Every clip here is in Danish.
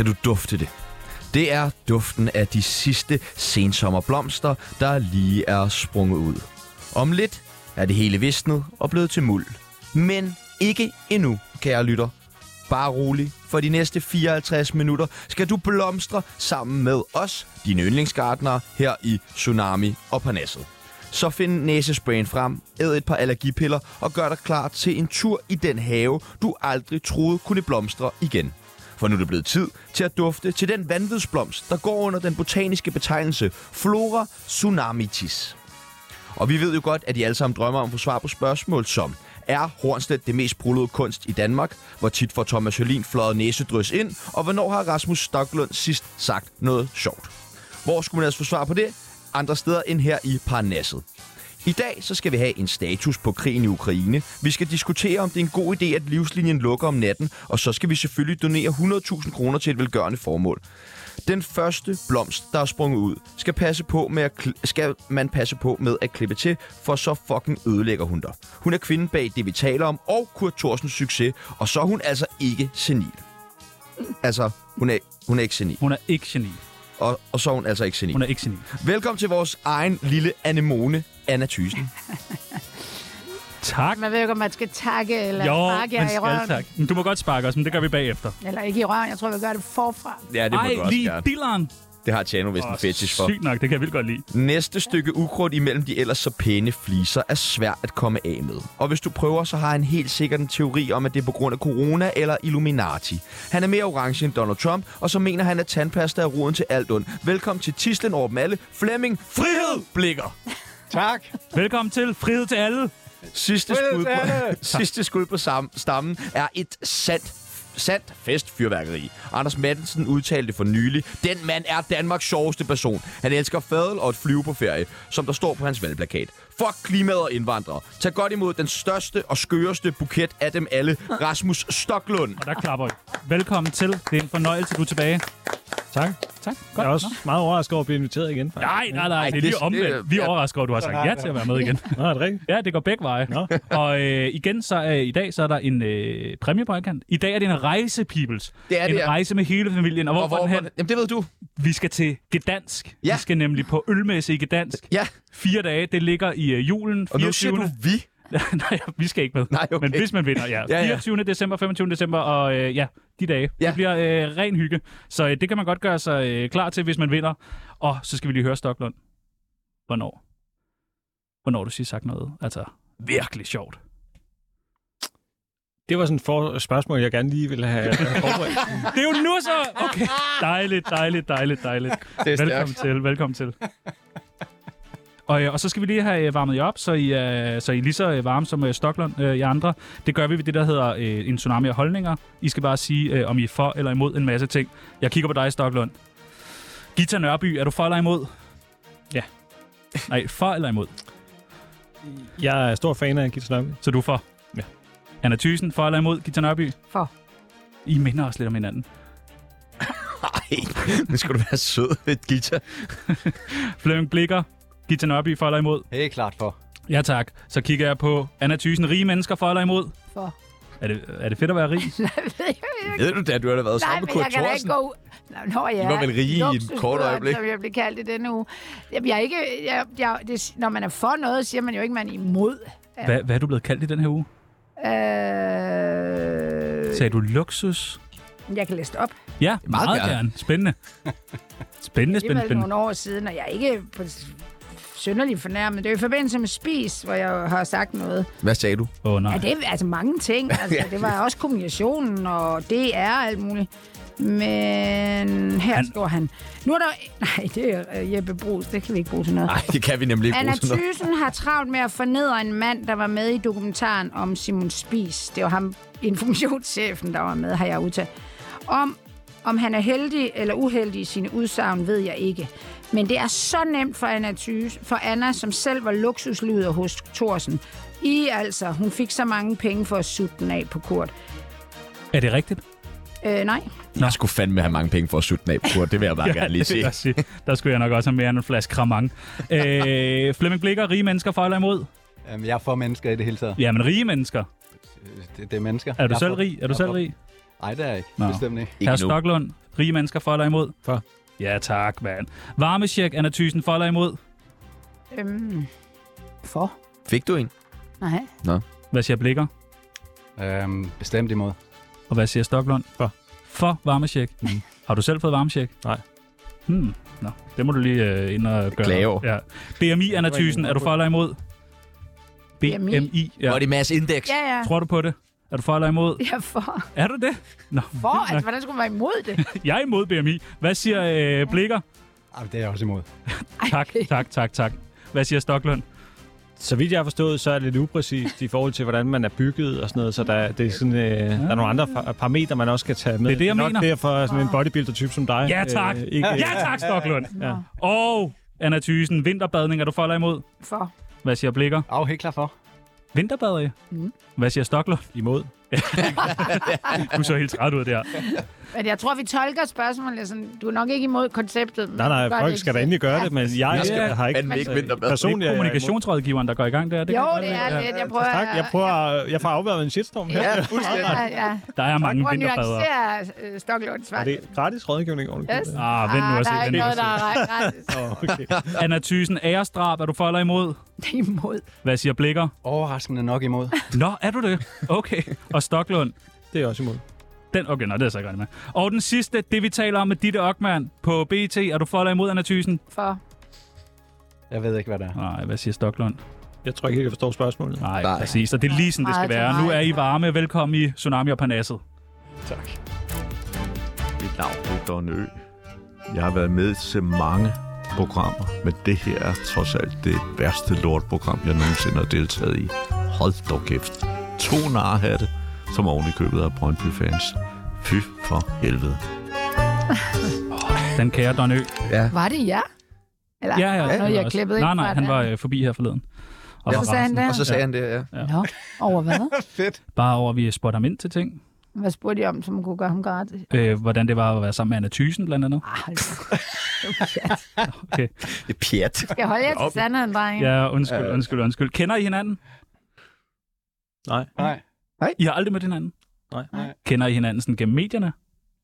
Kan du dufte det? Det er duften af de sidste sensommerblomster, der lige er sprunget ud. Om lidt er det hele visnet og blevet til muld. Men ikke endnu, kære lytter. Bare rolig, for de næste 54 minutter skal du blomstre sammen med os, dine yndlingsgartnere, her i Tsunami og Parnasset. Så find næsesprayen frem, æd et par allergipiller og gør dig klar til en tur i den have, du aldrig troede kunne blomstre igen. For nu er det blevet tid til at dufte til den vanvidsblomst, der går under den botaniske betegnelse Flora tsunamitis. Og vi ved jo godt, at I alle sammen drømmer om at få svar på spørgsmål som: er Hornstedt det mest brullede kunst i Danmark? Hvor tit får Thomas Jørlin fløjet næsedrys ind? Og hvornår har Rasmus Stoklund sidst sagt noget sjovt? Hvor skulle man altså få svar på det? Andre steder end her i Parnasset. I dag så skal vi have en status på krigen i Ukraine. Vi skal diskutere, om det er en god idé, at livslinjen lukker om natten. Og så skal vi selvfølgelig donere 100.000 kroner til et velgørende formål. Den første blomst, der er sprunget ud, skal man passe på med at klippe til, for så fucking ødelægger hun dig. Hun er kvinden bag det, vi taler om, og Kurt Thorsens succes, og så er hun altså ikke senil. Altså, hun er ikke senil. Hun er ikke senil. Og så er hun altså ikke senil. Hun er ikke senil. Velkommen til vores egen lille anemone, Anna Thyssen. Tak. Man ved ikke, om man skal takke eller sparke jer i røven. Tak. Men du må godt sparke os, men det gør vi bagefter. Eller ikke i røven, jeg tror, vi gør det forfra. Ja, det må du også gerne. Dilleren. Det har Tjano vist en fetish for. Sygt nok, det kan jeg vildt godt lide. Næste stykke ukrudt imellem de ellers så pæne fliser er svært at komme af med. Og hvis du prøver, så har han helt sikkert en teori om, at det er på grund af corona eller Illuminati. Han er mere orange end Donald Trump, og så mener han, at tandpasta er roden til alt ondt. Velkommen til tidslen over dem alle. Flemming Frihed Blikker. Tak. Velkommen til Frihed til alle. Sidste skud på stammen er et sandt festfyrværkeri. Anders Mattensen udtalte for nylig: den mand er Danmarks sjoveste person. Han elsker fadel og at flyve på ferie, som der står på hans valgplakat. Fuck klimaet og indvandrere. Tag godt imod den største og skøreste buket af dem alle, Rasmus Stoklund. Og der klapper vi. Velkommen til. Det er en fornøjelse, du er tilbage. Tak. Tak. Jeg er også meget overrasket over at blive inviteret igen. Nej, det er lige omvendt. Vi er overrasket over, at du har sagt ja til at være med igen. Nå, er det rigtigt? Ja, det går begge veje. Og igen, så i dag så er der en præmie på adkant. I dag er det en rejse, peoples. Det er det, en rejse med hele familien. Og hvor jamen, det ved du. Vi skal til Gdansk. Ja. Vi skal nemlig på ølmesse i Gdansk. Ja. 4 dage. Det ligger i julen. 24. Og nu siger du vi. Nej, vi skal ikke med. Nej, okay. Men hvis man vinder, ja. 24. december, 25. december og de dage. Ja. Det bliver ren hygge. Så det kan man godt gøre sig klar til, hvis man vinder. Og så skal vi lige høre Stoklund. Hvornår du siger sagt noget. Altså, virkelig sjovt. Det var sådan et spørgsmål, jeg gerne lige ville have forberedt. Det er jo nu så! Okay, dejligt. Velkommen til. Og så skal vi lige have varmet jer op, så I er lige så varme som Stoklund, I andre. Det gør vi ved det, der hedder en tsunami af holdninger. I skal bare sige, om I er for eller imod en masse ting. Jeg kigger på dig, Stoklund. Gita Nørby, er du for eller imod? Ja. Nej, for eller imod? Jeg er stor fan af Gita Nørby. Så du er for? Ja. Anna Thyssen, for eller imod Gita Nørby? For. I minder også lidt om hinanden. Ej, nu skal du være sød, Gita. Flemming Blikker. Gita Nørby, for eller imod? Helt klart for. Ja, tak. Så kigger jeg på Anna Thyssen. Rige mennesker, for eller imod? For. Er det fedt at være rig? Ved du da, du har da været sammen med Kurt Thorsen? Nej, men jeg kan da ikke gå... Nå ja, du var vel rige i et kort øjeblik. Som jeg blev kaldt i denne uge. Jeg er ikke... når man er for noget, siger man jo ikke, man er imod. Hvad er du blevet kaldt i den her uge? Sagde du luksus? Jeg kan læse det op. Ja, meget gerne. Spændende. Spændende. Det er nogle år siden, og jeg er ikke på synderligt fornærmet. Det er i forbindelse med Spis, hvor jeg har sagt noget. Hvad sagde du? Nej. Ja, det er altså mange ting. Altså, det var også kommunikationen, og det er alt muligt. Men her står han. Nu er der... Nej, det er Jeppe Brugs. Det kan vi ikke bruge til noget. Nej, det kan vi nemlig ikke Anna bruge til noget. Thyssen har travlt med at fornedre en mand, der var med i dokumentaren om Simon Spies. Det var ham, informationschefen, der var med, har jeg udtalt. Om han er heldig eller uheldig i sine udsagn, ved jeg ikke. Men det er så nemt for Anna, som selv var luksuslyder hos Thorsen. Hun fik så mange penge for at sutte den af på Kurt. Er det rigtigt? Nej. Jeg skulle fandme have mange penge for at sutte den af på Kurt. Det vil jeg bare gerne lige sige. Der skulle jeg nok også have mere end en flaske Kramang. Flemming Blikker, rige mennesker, for eller imod? Jeg er for mennesker i det hele taget. Ja, men rige mennesker. Det er mennesker. Er du selv rig? Nej, det er ikke. Nå. Bestemt ikke. Herr Stoklund, rige mennesker for eller imod? For. Ja, tak, mand. Varmecheck, Anna Thyssen, for eller imod? For? Fik du en? Nej. Hvad siger Blikker? Bestemt imod. Og hvad siger Stoklund? For varmecheck. Har du selv fået varmecheck? Nej. Nå, det må du lige ind og gøre. Klage over. Ja. BMI, Anna Thyssen, er du for eller imod? BMI, ja. Og det er masse indeks. Ja. Tror du på det? Er du for eller imod? Jeg er for. Er du det? Nå. For? Altså, hvordan skulle man være imod det? Jeg er imod BMI. Hvad siger Blikker? Det er jeg også imod. Tak. Hvad siger Stoklund? Så vidt jeg har forstået, så er det lidt upræcist i forhold til, hvordan man er bygget og sådan noget. Så der er sådan, der er nogle andre parametre, man også skal tage med. Det er det, jeg mener. Nok derfor sådan en bodybuilder-type som dig. Ja, tak. Ja, tak, Stoklund. Ja. Og Anna Thyssen, vinterbadning, er du for eller imod? For. Hvad siger Blikker? Helt klar for. Vinterbader, Hvad siger Stoklund? Imod. Du så helt træt ud der. Men jeg tror, vi tolker spørgsmålet sådan, du er nok ikke imod konceptet. Nej, folk skal da endelig gøre det, men jeg har ikke... Han vil ikke vinterbad. Det er Personligt kommunikationsrådgiveren, der går i gang der. Jo, det er lidt. Jeg får afværet en shitstorm her. Ja, fuldstændig. Ja. Der er mange Prøv at vinterbadere. nuancere Stoklunds svar. Er det gratis rådgivning? Yes. Vent nu at se. Der er ikke noget, der er gratis. Okay. Anna Thyssen, æresdrab, er du for eller imod? Imod. Hvad siger Blikker? Overraskende nok imod. Nå, er du det? Okay. Og Stoklund? Det er også imod. Okay, det er så ikke med. Og den sidste, det vi taler om med Ditte Okman på BT. Er du for eller imod, Anna Thyssen? For. Jeg ved ikke, hvad det er. Nej, hvad siger Stoklund? Jeg tror ikke helt, jeg forstår spørgsmålet. Nej, præcis. Og det er lige sådan, det skal Meget være. Nu er I varme. Velkommen i Tsunami og Parnasset. Tak. Mit navn er Don Ø. Jeg har været med til mange programmer, men det her er trods alt det værste lortprogram, jeg nogensinde har deltaget i. Hold dog kæft. 2 narhatte, som oven i købet af Brøndby-fans. Fy for helvede. Den kære Don Ø. Ja. Var det jer? Eller Ja. noget, jeg klippede ind Nej, fra han den? var forbi her forleden. Og Så var sagde han rasende. det? Og så sagde han det, ja. Nå, over hvad? Fedt. Bare over, at vi spurgte ham ind til ting. Hvad spurgte I om, som kunne gøre ham gratis? Hvordan det var at være sammen med Anna Thyssen, blandt andet. Okay. Det er pjat. Skal jeg holde jer til sandheden, drenge? Ja, undskyld. Kender I hinanden? Nej. I har aldrig mødt hinanden? Nej. Kender I hinanden sådan gennem medierne?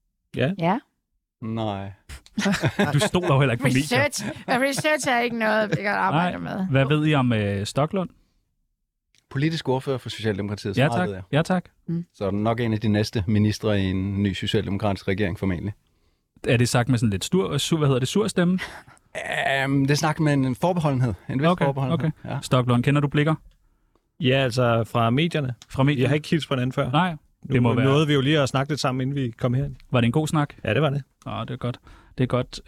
Ja. Nej. Du stoler jo heller ikke på medier. Research er ikke noget, vi kan arbejde med. Hvad ved I om Stoklund? Politisk ordfører for Socialdemokratiet, så Ja meget tak. ved jeg. Ja, tak. Så er den nok en af de næste ministre i en ny socialdemokratisk regering, formentlig. Er det sagt med sådan lidt sur stemme? Det er snakket med en forbeholdenhed. En vis forbeholdenhed. Okay. Ja. Stoklund, kender du Blikker Ja, altså fra medierne. fra medierne? Jeg har ikke hilst på hinanden før. Nej, det må Nu være. nåede vi jo lige at snakke lidt sammen, inden vi kom her. Var det en god snak? Ja, det var det. Det er godt. Det er godt.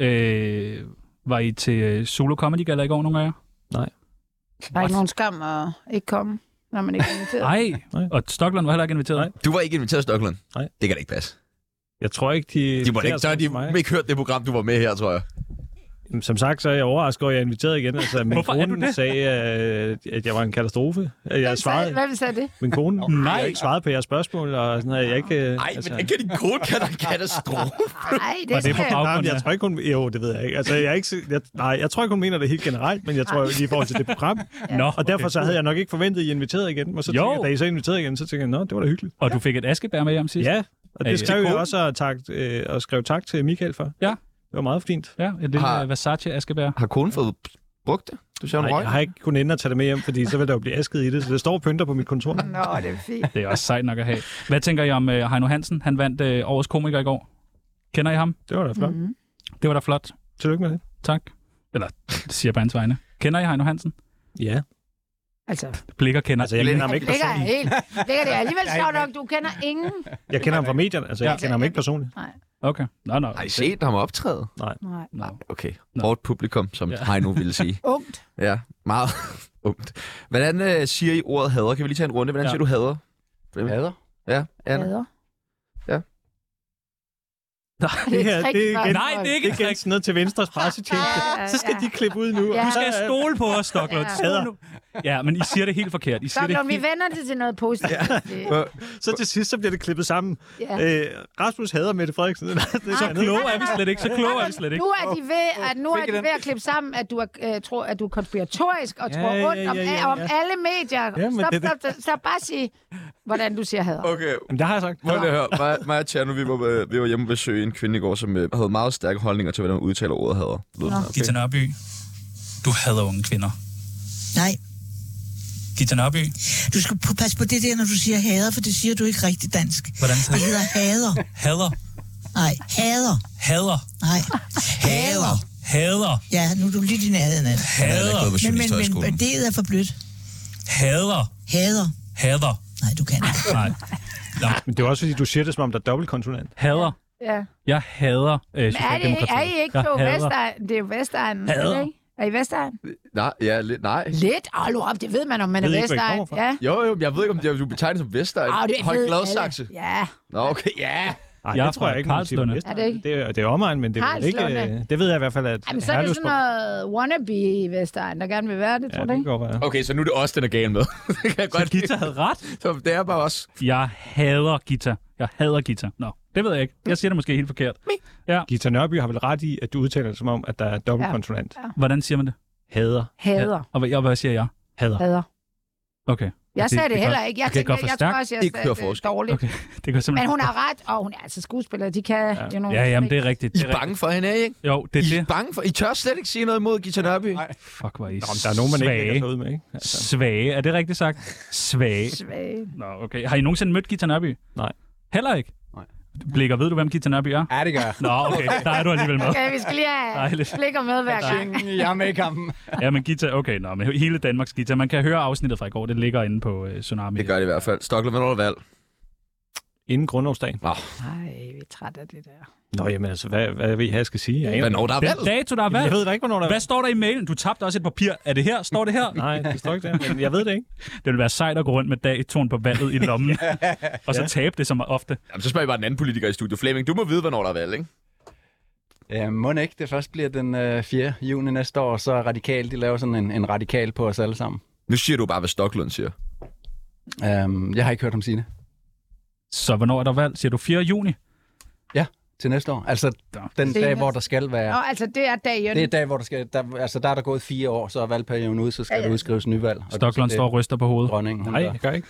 Var I til Solo Comedy Gala i går, nogle af jer? Der er ikke nogen skam at ikke komme, når man ikke er inviteret. Nej. Og Stoklund var heller ikke inviteret? Nej. Du var ikke inviteret, Stoklund? Nej. Det kan da ikke passe. Jeg tror ikke, De må ikke, så har de ikke hørt det program, du var med her, tror jeg. Som sagt, så er jeg overrasket over, at jeg er inviteret igen. Altså, min Hvorfor er du kone det? sagde, at jeg var en katastrofe. Jeg svarede, Hvem sagde det? min kone Nej. har ikke svaret på jeres spørgsmål, og sådan, jeg ikke... Nej, men kan din kone kalde en katastrofe? Nej, Var det det på skal baggrund Nej, men jeg af- tror ikke, hun... Jo, det ved jeg ikke. Altså, jeg tror ikke, hun mener det helt generelt, men jeg tror lige i forhold til det program. Nå, Og derfor så havde jeg nok ikke forventet, at I inviterede igen. Og så tænkte jeg, da I så inviterede igen, så tænkte jeg, nå, det var da hyggeligt. Og du fik et askebær med hjem sidst? Ja, og Er I det skrev jeg gode? også og skrev tak til Michael for. Ja. Det var meget fint. Ja, et lille Versace askebær. Har konen fået brugt det? Du ser en Nej, røg? jeg har ikke kunnet ende at tage det med hjem, fordi så vil der jo blive asket i det. Så det står og pynter på mit kontor. Nå, det er fint. Det er også sejt nok at have. Hvad tænker I om Heino Hansen? Han vandt årets komiker i går. Kender I ham? Det var da flot. Mm-hmm. Det var da flot. Tillykke med det. Tak. Eller, det siger jeg på hans vegne. Kender I Heino Hansen? Ja. Altså, Blikker kender. Altså, jeg kender ham ikke ligger personligt. helt. Ligger det alligevel sjovt nok, du kender ingen. Jeg kender ham fra medierne, altså jeg kender ham ikke personligt. Okay. Nå. Har I set ham optræde? Nej. Nå. Okay. Nå. Hårdt publikum, som Heino ville sige. Ungt. Ja, meget ungt. Hvordan siger I ordet hader? Kan vi lige tage en runde? Hvordan siger du hader? Hader? Ja, Anna? Hader. Nej, Det her, det er igen, Nej, det er ikke det er igen sådan noget til Venstres pressetjeneste. Så skal de klippe ud nu. Ja. Du skal stole på os, Stoklund. Ja. Stol nu. Ja, men I siger det helt forkert. I siger det Stoklund, vi helt... vender det til noget positivt. Så til sidst, så bliver det klippet sammen. Ja. Rasmus hader Mette Frederiksen. Så kloge er vi slet ikke. Så kloge er vi slet ikke. Nu er de ved at klippe sammen, at du tror, at du er konspiratorisk og tror ondt om alle medier. Ja, men Stop. Bare sige, hvordan du siger hader. Okay, Jamen, det har jeg sagt. må jeg høre. Mig og Tjerno, vi var hjemme ved besøge en kvinde i går, som havde meget stærke holdninger til, hvordan man udtaler ordet hader. Gita Nørby, du hader unge kvinder. Nej, Gita Nørby, du skal passe på det der, når du siger hader, for det siger du ikke rigtig dansk. hvordan Det tager hedder hader. hader? Nej, hader. Hader? Nej, hader. Hader? Ja, nu er du lidt i nærheden af det. Hader? Men det er for blødt. Hader? Hader. Hader? Nej, du kan ikke. Nej. Men det er også, fordi du siger det, som om der er dobbeltkonsonant. Hader. Ja. Jeg hader Socialdemokratiet. Er I ikke Jeg på hader. Vestegnen? Det er jo Vestegnen. Hader. Er det ikke? Er I Vestegnen? Nej, ja, lidt, nej. Lidt? Det ved man, om man er Ved I ikke, hvor I Vestegnen. kommer fra? Ja. Jo, jeg ved ikke, om du betegner som Vestegn. Det Høj ved Gladsaxe. alle. Ja. Nå, okay, ja. Nej, Jeg er det tror fra jeg ikke, man siger på Karlslunde. Vestegn. Er det ikke? Det er omegn, men det er vel ikke... Karlslunde. Det ved jeg i hvert fald, at Jamen, så er det Herlev sådan noget wannabe Vestegn, der gerne vil være det, tror Ja, du det ikke? går bare. Okay, så nu er det os, den er gal med. Det kan jeg Så godt lide. Gita havde ret. Så det er bare os. Jeg hader Gita. Jeg hader Gita. Nå, det ved jeg ikke. Jeg siger det måske helt forkert. Gita Nørby har vel ret i, at du udtaler det som om, at der er dobbeltkonsonant. Hvordan siger man det? Hader. Hader. Og hvad siger jeg? Hader. Hader. Okay. Jeg sagde det går- heller ikke. Jeg det tænker, går for jeg stærkt. tror også, jeg Ikke sagde høre det forskel. dårligt. Okay, det går simpelthen... Men hun har ret, og hun er altså skuespiller. De kan jo nogle... Ja, jamen det er rigtigt. I Det er er rigtigt. bange for hende, ikke? Jo, det I er er det. bange for... I tør slet ikke sige noget imod Gita Nørby. Nej. Fuck, hvor er I Nå, men der er nogen, man ikke lægger sig svage. ud med, ikke? Altså. Svage. Er det rigtigt sagt? Svage. Svage. Nå, okay. Har I nogensinde mødt Gita Nørby? Nej. Heller ikke? Nej. Blikker, ved du, hvem Gita Nørby er? Ja, det gør jeg. Nå, okay. Der er du alligevel med. Okay, vi skal lige have Dejligt. blikker med hver gang. Jeg er med i kampen. Ja, men Gita, okay, nå, men hele Danmarks Gita. Man kan høre afsnittet fra i går. Det ligger inde på Tsunami. Det gør det i hvert fald. Stockholm, hvornår er der valg? Inden grundlovsdagen. Nej, vi er trætte af det der. Nå, jamen altså, hvad vil I have, jeg skal sige? Jeg, aner Hvornår der er Den valg? dato, der er det. Jeg valgt. ved da ikke, hvornår der er. Hvad står der i mailen? Du tabte også et papir. Er det her? Står det her? Nej, det står ikke der, men jeg ved det ikke. Det vil være sejt at gå rundt med datoen på valget i lommen. Og så tabe det som ofte. Jamen, så spørger jeg bare den anden politiker i studiet. Flemming, du må vide, hvornår der er valg, ikke? Ja, må ikke. Det først bliver den 4. juni næste år, så Radikal, de laver sådan en radikal på os alle sammen. Nu siger du bare, hvad Stocklund siger. Jeg har ikke hørt ham sige det. Så hvornår er der valg? Siger du 4. juni? Til næste år. Altså den Senest. dag, hvor der skal være... Nå, altså det er dagen. Det er dag, hvor der skal... Der er der gået 4 år, så er valgperioden ude, så skal der udskrives nyvalg. Stoklund står og ryster på hovedet. Dronningen, hun Nej, gør. jeg gør ikke.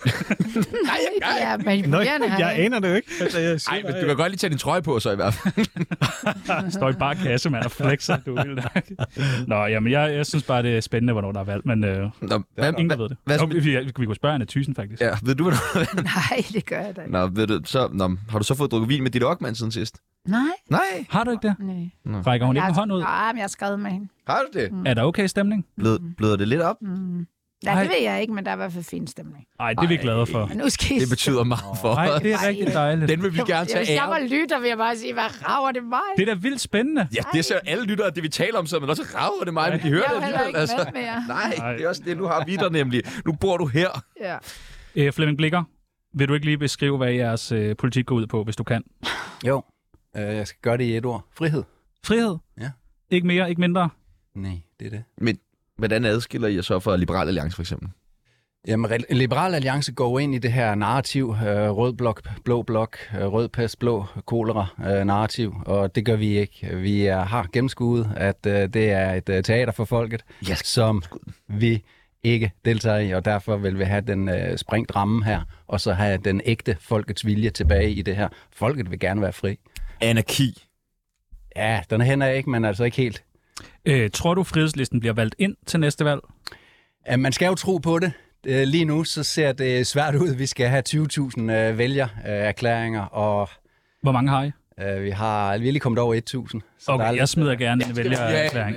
Det er Nå, manipulerende her. jeg aner det jo ikke. Altså, jeg siger Nej, men bare, du kan godt lige tage din trøje på, så i hvert fald. Står i bare kasse, mand, og flexer. Du er vildt. Nå, jamen, jeg synes bare, det er spændende, hvornår der er valg, men Nå, ingen der ved det. hvad- Jo, vi kunne spørge Anna Thyssen, faktisk. Ja, ved du, hvornår der er valg? Nej, det gør jeg da ikke. Nå, ved du, har du så fået drukket vin med dit Ockmann siden sidst? Nej. Nej. Har du ikke det? Nej. Rækker hun ikke en hånd ud? Nej, men jeg har skrevet med hende. Har du det? Er der okay stemning? Bløder det lidt op? Nej, det ved jeg ikke, men der er i hvert fald fin stemning. Nej, det er vi glade for. Men nu skal I... Det betyder meget for Nej, os. det er rigtig dejligt. Den vil vi gerne tage Hvis jeg var æren. lytter, vil jeg bare sige, hvad rager det mig? Det er da vildt spændende. Ja, det ser alle lyttere, det vi taler om, så men også rager det mig, men de hører Jeg er det jo heller alligevel. ikke med mere. Nej, det er også det, nu har vi der nemlig. Nu bor du her. Ja. Flemming Blikker, vil du ikke lige beskrive, hvad jeres politik går ud på, hvis du kan? Jo, jeg skal gøre det i et ord. Frihed. Frihed? Ja. Ikke mere, ikke mindre? Nej, det er det. Men hvordan adskiller I jer så fra Liberal Alliance, for eksempel? Jamen, Liberal Alliance går ind i det her narrativ, rød blok, blå blok, rød pest, blå kolera narrativ, og det gør vi ikke. Vi har gennemskuet, at det er et teater for folket, som vi ikke deltager i, og derfor vil vi have den sprængt ramme her, og så have den ægte folkets vilje tilbage i det her. Folket vil gerne være fri. Anarki. Ja, den hænder ikke, men altså ikke helt. Tror du, Frihedslisten bliver valgt ind til næste valg? Man skal jo tro på det. Lige nu så ser det svært ud. Vi skal have 20.000 vælgererklæringer, og Hvor mange har I? vi er lige kommet over 1.000. Okay, jeg smider gerne en vælgererklæring.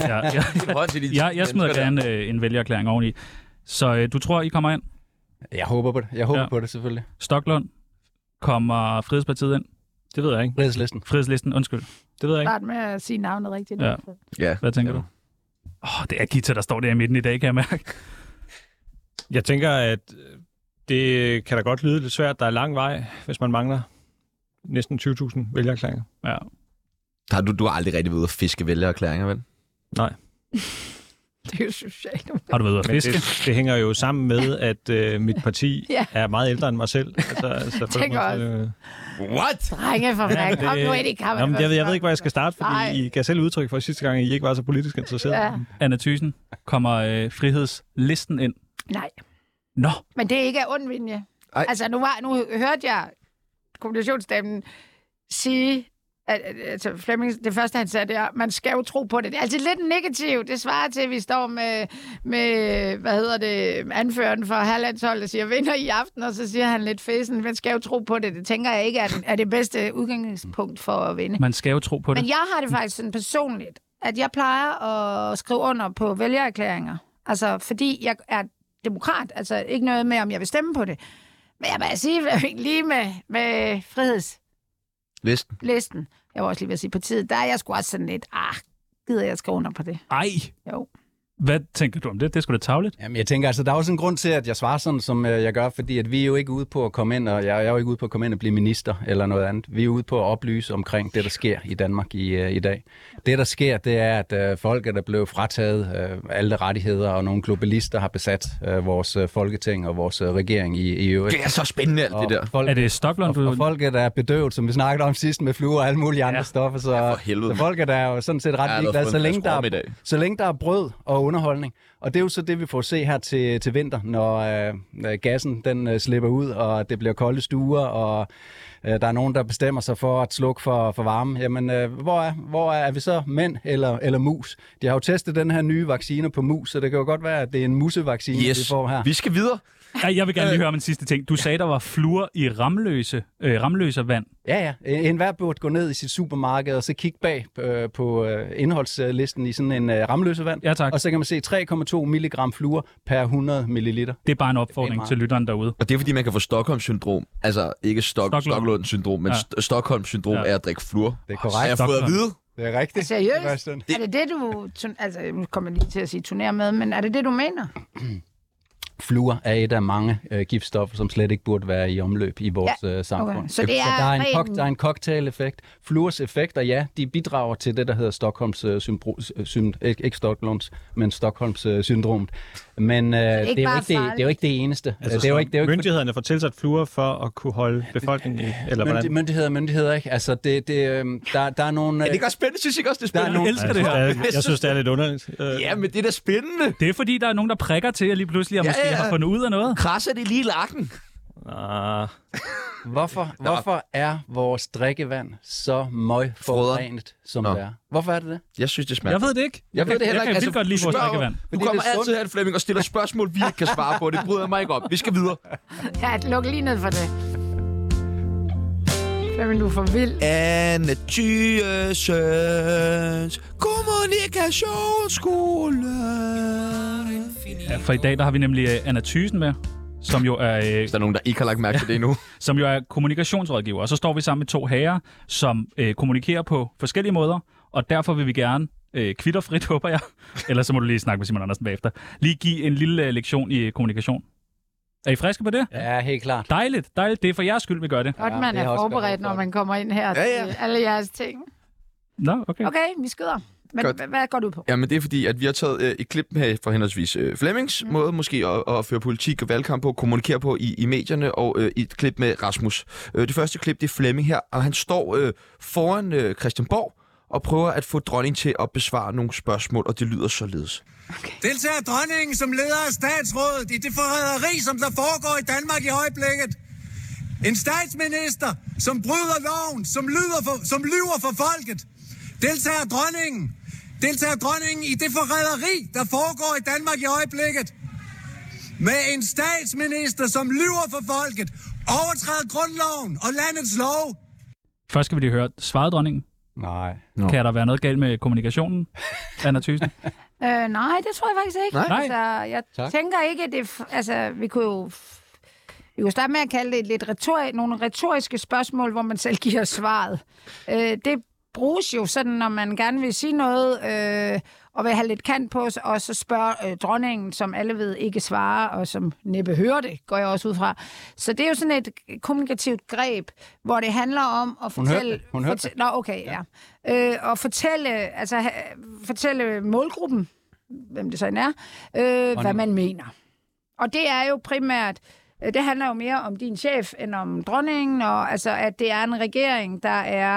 Jeg smider gerne en vælgererklæring oveni. Så du tror, I kommer ind? Jeg håber på det. Jeg håber på det, selvfølgelig. Stocklund, kommer Frihedspartiet ind? Det ved jeg ikke. Frihedslisten, undskyld. Det ved jeg ikke. Start med at sige navnet rigtigt. Ja. Hvad tænker du? Det er Gita, der står der i midten i dag, kan jeg mærke. Jeg tænker, at det kan da godt lyde lidt svært. Der er lang vej, hvis man mangler næsten 20.000 vælgererklæringer. Ja. Du har aldrig rigtig været ude at fiske vælgererklæringer, vel? Nej. Det er jo socialt. Har du været ude at Men fiske? det hænger jo sammen med, at mit parti er meget ældre end mig selv. Altså Tænker også. What? Drenge for mig. Kom nu ind i kammeren. Jeg ved ikke, hvor jeg skal starte, fordi I gav selv udtryk for sidste gang, at I ikke var så politisk interesseret. Ja. Anna Thyssen, kommer Frihedslisten ind? Nej. Nå. Men det er ikke af ond vilje. Altså, nu hørte jeg kommunikationsdamen sige, altså Flemming, det første han sagde, det er, man skal jo tro på det. Det er altid lidt negativt. Det svarer til, at vi står med anføreren for herlandsholdet, og siger, vinder i aften, og så siger han lidt fæsen, man skal jo tro på det. Det tænker jeg ikke er det bedste udgangspunkt for at vinde. Man skal jo tro på det. Men jeg har det faktisk sådan personligt, at jeg plejer at skrive under på vælgererklæringer. Altså, fordi jeg er demokrat. Altså, ikke noget med, om jeg vil stemme på det. Men jeg vil sige, lige med Listen. Jeg var også lige ved at sige partiet. Der er jeg sgu også sådan lidt, gider jeg skrive under på det? Ej! Jo. Hvad tænker du om det? Det er sgu da tarveligt. Jamen, jeg tænker, altså, der er også en grund til, at jeg svarer sådan, som jeg gør, fordi at vi er jo ikke ude på at komme ind, og jeg er jo ikke ude på at komme ind og blive minister eller noget andet. Vi er ude på at oplyse omkring det, der sker i Danmark i dag. Det, der sker, det er, at folk er blevet frataget alle rettigheder, og nogle globalister har besat vores folketing og vores regering i øvrigt. Det er så spændende alt det der. Er det Stoklund? Og folket er bedøvet, som vi snakkede om sidst, med fluer og alle mulige andre stoffer. Så folket er jo sådan set ret ligeglade, så længe der er brød og underholdning. Og det er jo så det, vi får se her til vinter, når gassen den slipper ud, og det bliver kolde stuer, og der er nogen, der bestemmer sig for at slukke for varme. Jamen, hvor er vi så, mænd eller mus? De har jo testet den her nye vaccine på mus, så det kan jo godt være, at det er en musevaccine, vi får her. Vi skal videre. Ja, jeg vil gerne lige høre om en sidste ting. Du sagde, der var fluer i ramløse vand. Ja. Enhver burde gå ned i sit supermarked og så kigge bag på indholdslisten i sådan en ramløse vand. Ja, tak. Og så kan man se 3,2 milligram fluer per 100 milliliter. Det er bare en opfordring til lytteren derude. Og det er, fordi man kan få Stockholm-syndrom. Altså ikke Stocklund-syndrom, men Stockholm-syndrom er at drikke fluor. Det er korrekt. Jeg har fået at vide. Det er rigtigt. Seriøst? Er det det, du... Altså, nu kommer jeg lige til at sige turnér med, men er det det, du mener? Fluor er et af mange giftstoffer, som slet ikke burde være i omløb i vores samfund. Okay. Så det er der er en cocktail-effekt. Fluors effekter, ja, de bidrager til det, der hedder Stockholms ikke Stockholms, men Stockholms syndrom. Men det er jo ikke det eneste. Altså, det er jo ikke myndighederne får tilsat fluor for at kunne holde befolkningen i, eller hvordan? Myndigheder, ikke? Altså, der er nogle... Er det ikke også spændende? Synes jeg også, det er spændende? Jeg elsker det her. Jeg synes, det er lidt underligt. Ja, men det er da spændende. Det er fordi, der er nogen, der prikker til, at lige pludselig måske har fundet ud af noget. Krasser det lige lakken. Hvorfor er vores drikkevand så møgforurenet, som det er? Hvorfor er det det? Jeg synes, det smager. Jeg ved det ikke. Jeg ved det heller ikke. Jeg kan godt lide vores drikkevand. Du kommer altid her, Flemming, og stiller spørgsmål, vi ikke kan svare på. Det bryder mig ikke om. Vi skal videre. Ja, luk lige ned for det. Flemming, du er for vild. Anne Thyessens kommunikationsskole. Ja, for i dag der har vi nemlig Anna Thyssen med, som jo er... Hvis der er nogen, der ikke har lagt mærke til det endnu. Som jo er kommunikationsrådgiver. Og så står vi sammen med to herrer, som kommunikerer på forskellige måder, og derfor vil vi gerne kvitterfrit, håber jeg. Ellers så må du lige snakke med Simon Andersen bagefter. Lige give en lille lektion i kommunikation. Er I friske på det? Ja, helt klart. Dejligt. Det er for jeres skyld, vi gør det. Godt, man er forberedt, når man kommer ind her til alle jeres ting. Nå, okay. Okay, vi skyder. Men hvad går du på? Jamen det er fordi, at vi har taget et klip her fra henholdsvis Flemmings måde måske at føre politik og valgkamp på, kommunikere på i medierne, og et klip med Rasmus. Det første klip, det er Flemming her, og han står foran Christiansborg og prøver at få dronningen til at besvare nogle spørgsmål, og det lyder således. Okay. Deltager dronningen som leder af statsrådet i det forræderi, som der foregår i Danmark i øjeblikket? En statsminister, som bryder loven, som lyver for folket. Deltager dronningen i det forræderi, der foregår i Danmark i øjeblikket? Med en statsminister, som lyver for folket, overtræder grundloven og landets lov. Først skal vi lige høre, svarede dronningen? Nej. Kan der være noget galt med kommunikationen, Anna Thyssen? Nej, det tror jeg faktisk ikke. Nej. Altså, jeg tænker ikke, at det... Altså, vi kunne starte med at kalde det nogle retoriske spørgsmål, hvor man selv giver svaret. Det bruges jo sådan, når man gerne vil sige noget, og vil have lidt kant på, og så spørger dronningen, som alle ved ikke svarer, og som næppe hører det, går jeg også ud fra. Så det er jo sådan et kommunikativt greb, hvor det handler om at fortælle... Hun hørte det. Nå, okay, ja. Og fortælle målgruppen, hvem det så end er, hvad man mener. Og det er jo primært... Det handler jo mere om din chef, end om dronningen, og altså, at det er en regering, der er...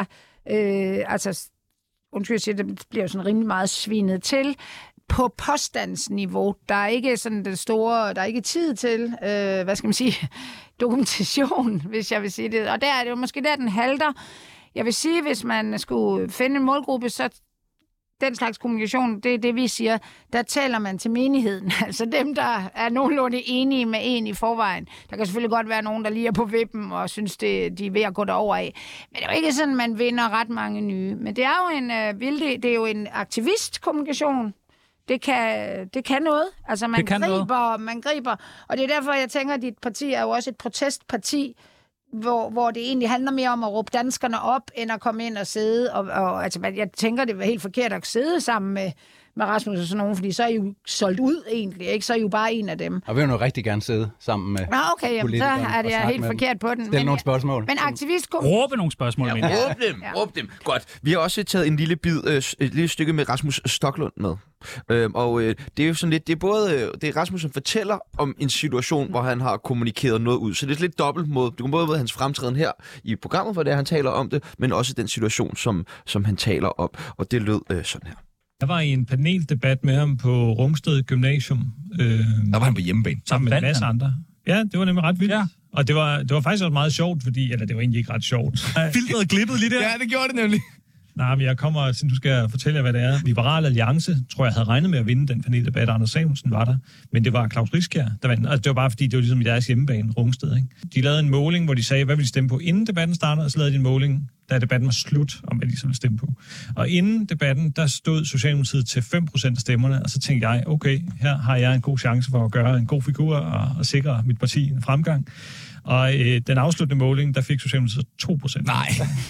det bliver jo sådan rimelig meget svinet til på påstandsniveau. Der er ikke sådan det store, der er ikke tid til, dokumentation, hvis jeg vil sige det. Og der er det jo måske der, den halter. Jeg vil sige, hvis man skulle finde en målgruppe, så den slags kommunikation, det er det, vi siger, der taler man til menigheden. Altså dem, der er nogenlunde enige med en i forvejen. Der kan selvfølgelig godt være nogen, der lige er på vippen og synes, de er ved at gå derover af. Men det er jo ikke sådan, man vinder ret mange nye. Men det er jo en aktivistkommunikation. Det kan noget. Altså man griber. Og det er derfor, jeg tænker, at dit parti er jo også et protestparti, hvor det egentlig handler mere om at råbe danskerne op, end at komme ind og sidde. Og altså, jeg tænker, det var helt forkert at sidde sammen med Rasmus og sådan nogen, fordi så er I jo solgt ud egentlig, ikke? Så er I jo bare en af dem. Og vi vil jo rigtig gerne sidde sammen med okay, så er det helt forkert på den. Stille nogle spørgsmål. Men aktivist... Råbe nogle spørgsmål. Råb dem. Godt. Vi har også taget en lille bid, et lille stykke med Rasmus Stoklund med. Det er jo sådan lidt, det er Rasmus, som fortæller om en situation, hvor han har kommunikeret noget ud. Så det er lidt dobbelt måde. Det kan både være hans fremtræden her i programmet, hvor han taler om det, men også den situation, som han taler om. Og det lød sådan her. Jeg var i en paneldebat med ham på Rungsted Gymnasium. Der var han på hjemmebane. Sammen med en masse andre. Ja, det var nemlig ret vildt. Ja. Og det var faktisk også meget sjovt, eller det var egentlig ikke ret sjovt. Filteret glippede lige der. Ja, det gjorde det nemlig. Nej, men jeg kommer, nu skal jeg fortælle jer, hvad det er. Liberal Alliance, tror jeg, havde regnet med at vinde den paneldebat. Anders Samuelsen var der. Men det var Claus Riskær, der vandt. Altså, det var bare fordi, det var ligesom i deres hjemmebane, Rungsted. Ikke? De lavede en måling, hvor de sagde, hvad ville de stemme på, inden debatten startede, og så lavede de en måling, da debatten var slut, om hvad de så ville stemme på. Og inden debatten, der stod Socialdemokratiet til 5% af stemmerne, og så tænkte jeg, okay, her har jeg en god chance for at gøre en god figur og sikre mit parti en fremgang. Og den afsluttende måling, der fik Socialdemokratiet 2%. Nej.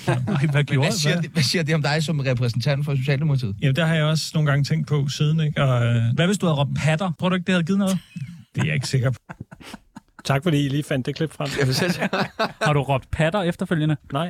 Hvad siger det om dig som repræsentant for Socialdemokratiet? Jamen, der har jeg også nogle gange tænkt på siden, ikke? Og, hvad hvis du havde råbt patter? Tror du ikke, det havde givet noget? Det er jeg ikke sikker på. Tak fordi I lige fandt det klip frem. Har du råbt patter efterfølgende? Nej.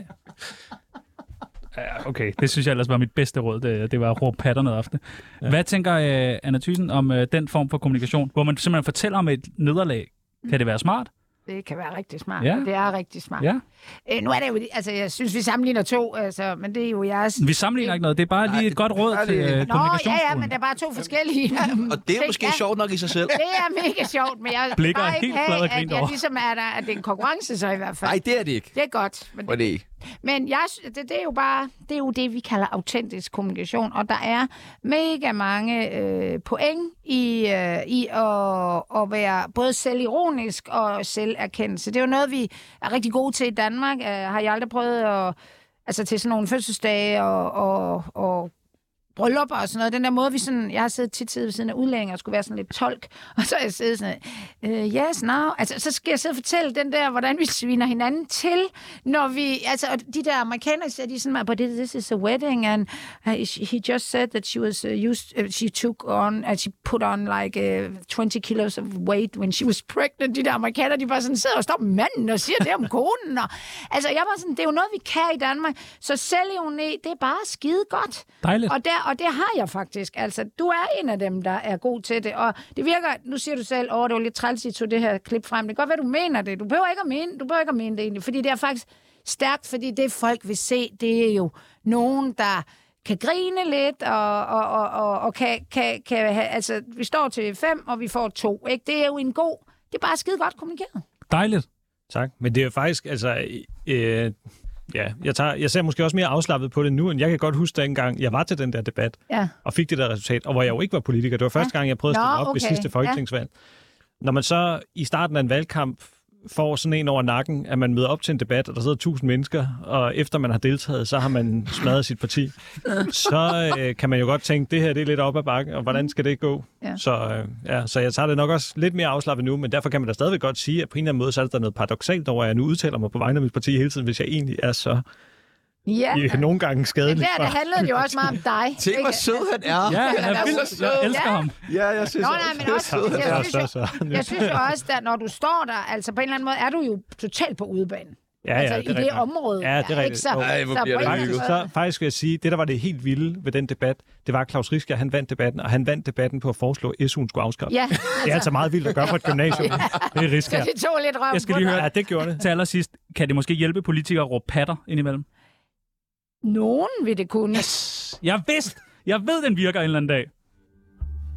Ja, okay, det synes jeg ellers var mit bedste råd, det var at råbe patter noget ofte. Ja. Hvad tænker Anna Thyssen om den form for kommunikation, hvor man simpelthen fortæller om et nederlag? Kan det være smart? Det kan være rigtig smart. Ja. Det er rigtig smart. Ja. Nu er det jo, altså jeg synes, vi sammenligner to, altså, men det er jo jeres... Vi sammenligner ikke noget, det er bare lige et godt råd til kommunikationsskolen. Ja, men det er bare to forskellige og det er måske sjovt nok i sig selv. Det er mega sjovt, men jeg blikker bare ikke have, at jeg ligesom at det er en konkurrence så i hvert fald. Nej, det er det ikke. Det er godt. Men det er jo bare, det er jo det, vi kalder autentisk kommunikation, og der er mega mange point i at være både selvironisk og selverkendelse. Det er jo noget, vi er rigtig gode til i Danmark. Har jeg aldrig prøvet til sådan nogle fødselsdage og bryllupper og sådan noget. Den der måde, jeg har siddet tit ved siden af udlændinge og skulle være sådan lidt tolk, og så har jeg siddet sådan, yes, now. Altså, så skal jeg sidde og fortælle den der, hvordan vi sviner hinanden til, når vi, altså, de der amerikanere siger, de er sådan, but this is a wedding, and he just said that she was she took on, she put on like 20 kilos of weight when she was pregnant. De der amerikanere, de bare sådan sidder og står med manden og siger det om konen. Og, altså, jeg var sådan, det er jo noget, vi kan i Danmark, så selvironi, det er bare skide godt. Dejligt. Og det har jeg faktisk. Altså, du er en af dem, der er god til det. Og det virker, nu siger du selv, det var lidt træls, I tog det her klip frem. Det kan godt være, du mener det. Du behøver ikke at mene det egentlig. Fordi det er faktisk stærkt, fordi det folk vil se, det er jo nogen, der kan grine lidt, og kan have, altså, vi står til 5, og vi får 2. Ikke? Det er jo det er bare skide godt kommunikeret. Dejligt. Tak. Men det er faktisk, altså... Ja, jeg ser måske også mere afslappet på det nu, end jeg kan godt huske dengang, jeg var til den der debat, og fik det der resultat, og hvor jeg jo ikke var politiker. Det var første gang, jeg prøvede at stille op ved sidste folketingsvalg. Når man så i starten af en valgkamp får sådan en over nakken, at man møder op til en debat, og der sidder 1000 mennesker, og efter man har deltaget, så har man smadret sit parti. Så kan man jo godt tænke, det her det er lidt op ad bakken, og hvordan skal det gå? Ja. Så jeg tager det nok også lidt mere afslappet nu, men derfor kan man da stadigvæk godt sige, at på en eller anden måde, så er der noget paradoksalt over, at jeg nu udtaler mig på vegne af mit parti hele tiden, hvis jeg egentlig er så nogle gange skadelig. Men det handlede jo også meget om dig. Tænk, hvor sød han er. Ja, han er vildt. Jeg elsker ham. Ja, jeg synes jeg synes jo også, at når du står der, altså på en eller anden måde, er du jo totalt på udebanen. Ja, altså det i det område. Ja, det er rigtigt. Så faktisk vil jeg sige, det der var det helt vilde ved den debat, det var Claus Riskær, han vandt debatten, og han vandt debatten på at foreslå, at SU'en skulle afskaffes. Ja, det er altså meget vildt at gøre på et gymnasium. Det er Riskær. Så de tog lidt røv. Jeg skal lige høre, ja, det gjorde det. Til allersidst, kan det måske hjælpe politikere at råbe patter indimellem? Nogen vil det kunne. Yes. Jeg ved, den virker en eller anden dag.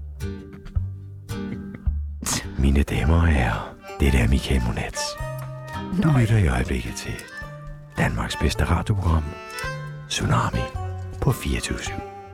Mine damer og herrer, det er Michael Monats. Du lytter i øjeblikket til Danmarks bedste radioprogram, Tsunami på 24/7.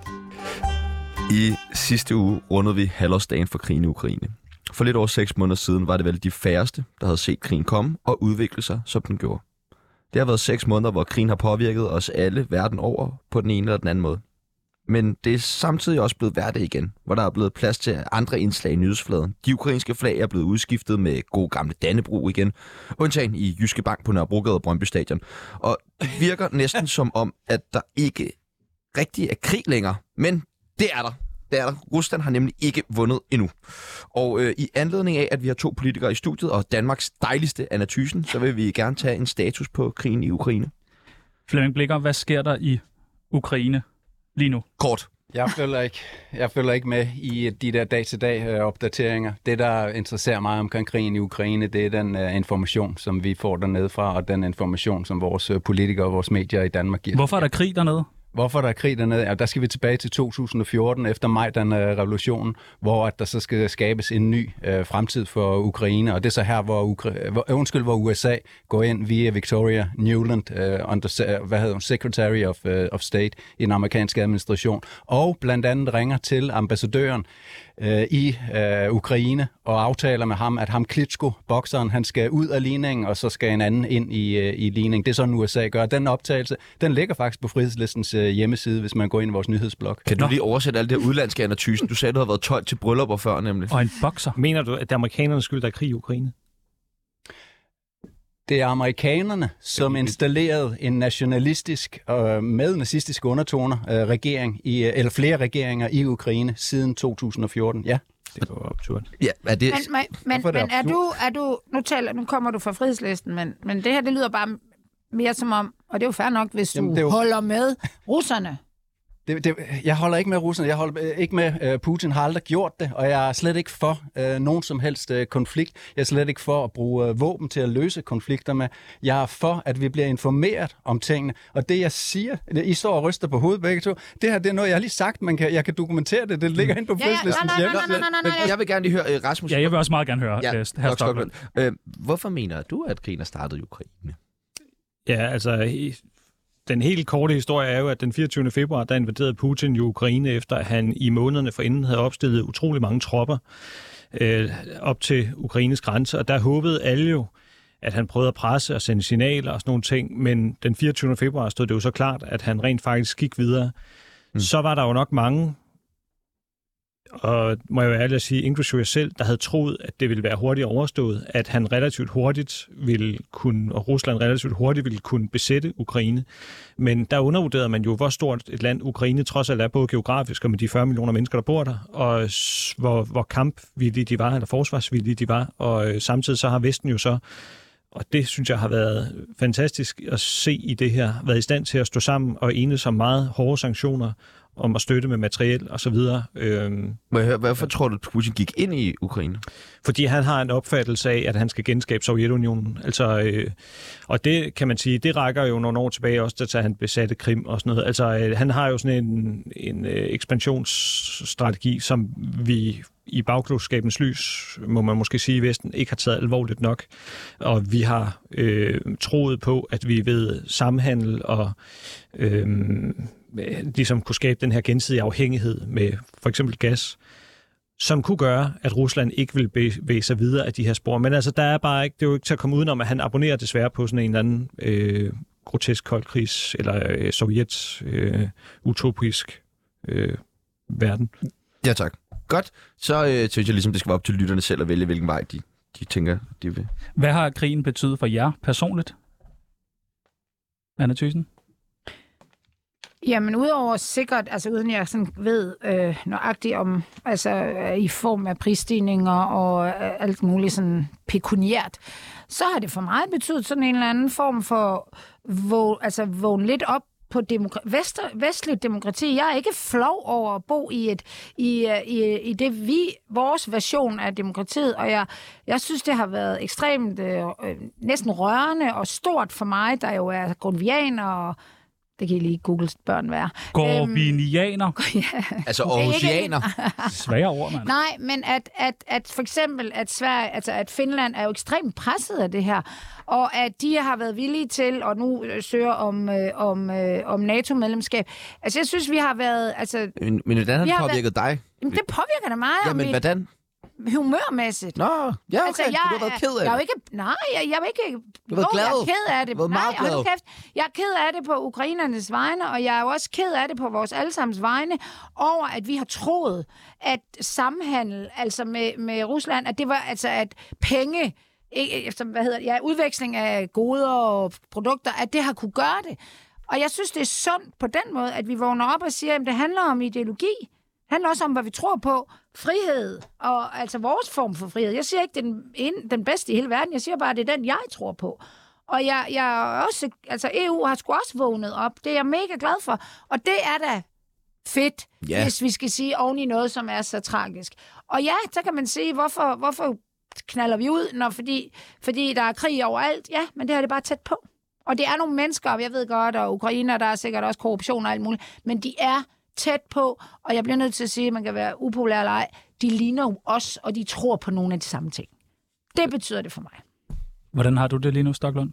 I sidste uge rundede vi halvårsdagen for krigen i Ukraine. For lidt over 6 måneder siden var det vel de færreste, der havde set krigen komme og udvikle sig, som den gjorde. Det har været 6 måneder, hvor krigen har påvirket os alle verden over på den ene eller den anden måde. Men det er samtidig også blevet hverdag igen, hvor der er blevet plads til andre indslag i nyhedsfladen. De ukrainske flag er blevet udskiftet med god gamle Dannebrog igen, undtagen i Jyske Bank på Nørrebrogade og Brøndby Stadion. Og det virker næsten som om, at der ikke rigtig er krig længere, men det er der. Rusland har nemlig ikke vundet endnu. Og i anledning af, at vi har 2 politikere i studiet, og Danmarks dejligste Anna Thyssen, så vil vi gerne tage en status på krigen i Ukraine. Flemming Blikker, hvad sker der i Ukraine lige nu? Kort. Jeg følger ikke med i de der dag-til-dag opdateringer. Det, der interesserer mig omkring krigen i Ukraine, det er den information, som vi får dernede fra, og den information, som vores politikere og vores medier i Danmark giver. Hvorfor er der krig dernede? Hvorfor der er krig dernede? Ja, der skal vi tilbage til 2014, efter Majdan-revolutionen, hvor at der så skal skabes en ny fremtid for Ukraine. Og det er så her, hvor USA går ind via Victoria Nuland, Secretary of State i den amerikanske administration, og blandt andet ringer til ambassadøren i Ukraine og aftaler med ham, at ham Klitschko, bokseren, han skal ud af ligningen, og så skal en anden ind i ligningen. Det er sådan, USA gør. Den optagelse, den ligger faktisk på Frihedslistens hjemmeside, hvis man går ind i vores nyhedsblog. Kan du lige oversætte alt det udlandske, Anna Thyssen? Du sagde, du havde været 12 til bryllupper før, nemlig. Og en bokser. Mener du, at det er amerikanernes skyld, der er krig i Ukraine? Det er amerikanerne, som installerede en nationalistisk med nazistiske undertoner regering eller flere regeringer i Ukraine siden 2014. Ja. Det var absurd. Ja, er det... Men er du nu kommer du fra Frihedslisten, men det her, det lyder bare mere som om, og det er jo fair nok, hvis du holder med russerne. Jeg holder ikke med russerne, jeg holder ikke med Putin, har aldrig gjort det, og jeg er slet ikke for nogen som helst konflikt. Jeg er slet ikke for at bruge våben til at løse konflikter med. Jeg er for, at vi bliver informeret om tingene, og det jeg siger, I står og ryster på hovedet begge to, det her det er noget, jeg har lige sagt, jeg kan dokumentere det, det ligger inde på Frihedslistens hjemmeside. Jeg vil gerne lige høre Rasmus. Ja, jeg vil også meget gerne høre her Stockholm. Hvorfor mener du, at krigen er startet i Ukraine? Ja, altså... Den helt korte historie er jo, at den 24. februar, der invaderede Putin jo Ukraine, efter at han i månederne forinden havde opstillet utrolig mange tropper op til Ukraines grænse. Og der håbede alle jo, at han prøvede at presse og sende signaler og sådan nogle ting. Men den 24. februar stod det jo så klart, at han rent faktisk gik videre. Så var der jo nok mange, og må jeg jo ærligt at sige, inklusive jeg selv, der havde troet, at det ville være hurtigt overstået, at han relativt hurtigt ville kunne, og Rusland relativt hurtigt ville kunne besætte Ukraine. Men der undervurderede man jo, hvor stort et land Ukraine trods alt er, både geografisk og med de 40 millioner mennesker, der bor der, og hvor kampvillige de var, eller forsvarsvillige de var, og samtidig så har Vesten jo så, og det synes jeg har været fantastisk at se i det her, været i stand til at stå sammen og enes om meget hårde sanktioner, om at støtte med materiel og så videre. Hvorfor tror du, at Putin gik ind i Ukraine? Fordi han har en opfattelse af, at han skal genskabe Sovjetunionen. Altså, og det kan man sige, det rækker jo nogle år tilbage også, da han besatte Krim og sådan noget. Altså, han har jo sådan en ekspansionsstrategi, som vi i bagklogskabens lys, må man måske sige, i Vesten ikke har taget alvorligt nok. Og vi har troet på, at vi ved samhandel og ligesom kunne skabe den her gensidige afhængighed med for eksempel gas, som kunne gøre, at Rusland ikke vil bevæge sig videre af de her spor. Men altså, der er bare ikke, det er jo ikke til at komme udenom, at han abonnerer desværre på sådan en eller anden grotesk koldkrigs eller sovjets utopisk verden. Ja, tak. Godt. Så synes jeg ligesom, det skal være op til lytterne selv at vælge, hvilken vej de tænker, de vil. Hvad har krigen betydet for jer personligt? Anna Thyssen? Jamen, udover sikkert, altså uden jeg sådan ved nøjagtigt om, altså i form af prisstigninger og alt muligt sådan pekuniært, så har det for mig betydet sådan en eller anden form for vågne lidt op på vestligt demokrati. Jeg er ikke flov over at bo i vores version af demokratiet, og jeg synes, det har været ekstremt næsten rørende og stort for mig, der jo er grundvianer og Det kan I lige Googles børn være. Gorvinianer. Ja. Altså aarhusianer. Svære ord, mand. Nej, men at for eksempel, at Sverige, altså at Finland er jo ekstremt presset af det her, og at de har været villige til, og nu søger om NATO-medlemskab. Altså, jeg synes, vi har været... Altså, men hvordan har det påvirket dig? Jamen, det påvirker da meget. Ja, men hvordan? Humørmæssigt. Nå, ja, okay. Altså, du har været ked af det. Jeg er jo ikke... Nej, jeg er ikke... Du har været glad. Jeg er ked af det. Du har været meget glad. Jeg er ked af det på ukrainernes vegne, og jeg er jo også ked af det på vores allesammens vegne, over at vi har troet, at samhandel, altså med Rusland, at det var altså, at penge... udveksling af goder og produkter, at det har kunne gøre det. Og jeg synes, det er sundt på den måde, at vi vågner op og siger, at det handler om ideologi. Det handler også om, hvad vi tror på. Frihed, og altså vores form for frihed. Jeg siger ikke, det er den bedste i hele verden. Jeg siger bare, at det er den, jeg tror på. Og jeg også, altså EU har sgu også vågnet op. Det er jeg mega glad for. Og det er da fedt, hvis vi skal sige oven i noget, som er så tragisk. Og ja, så kan man sige, hvorfor knalder vi ud, fordi der er krig overalt. Ja, men det her er det bare tæt på. Og det er nogle mennesker, og jeg ved godt, og ukrainer, der er sikkert også korruption og alt muligt, men de er tæt på, og jeg bliver nødt til at sige, at man kan være upopulær eller ej. De ligner jo os, og de tror på nogle af de samme ting. Det betyder det for mig. Hvordan har du det lige nu, Stoklund?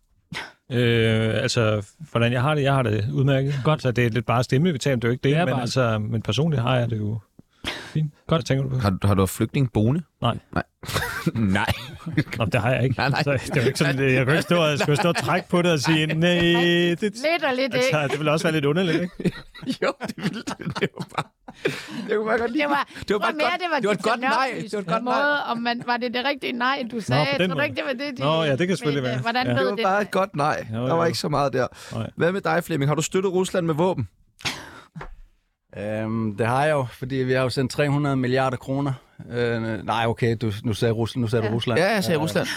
Altså, hvordan jeg har det udmærket. Godt. Så det er lidt bare stemme, vi tager, det er jo ikke det, men, altså, men personligt har jeg det jo fint. Godt. Hvad tænker du på? Har du flygtning boende? Nej. Nej. Nå, det har jeg ikke. Nej. Så, det er jo ikke sådan, jeg kan ikke stå og trække på det og sige, nej, det... Lidt og lidt ikke. Altså, det vil også være lidt underligt, ikke? Jo, det ville det. Det var bare... Det var godt lide. Det var et godt nej. Det var et godt nej. Var det rigtige nej, du sagde? Nå, tror du ikke, det var det? Nå, ja, det kan selvfølgelig være. Hvordan det var bare et godt nej. Der var ikke så meget der. Hvad med dig, Flemming? Har du støttet Rusland med våben? Det har jeg jo, fordi vi har jo sendt 300 milliarder kroner. Nej, okay, nu sagde du Rusland. Ja, jeg sagde Rusland.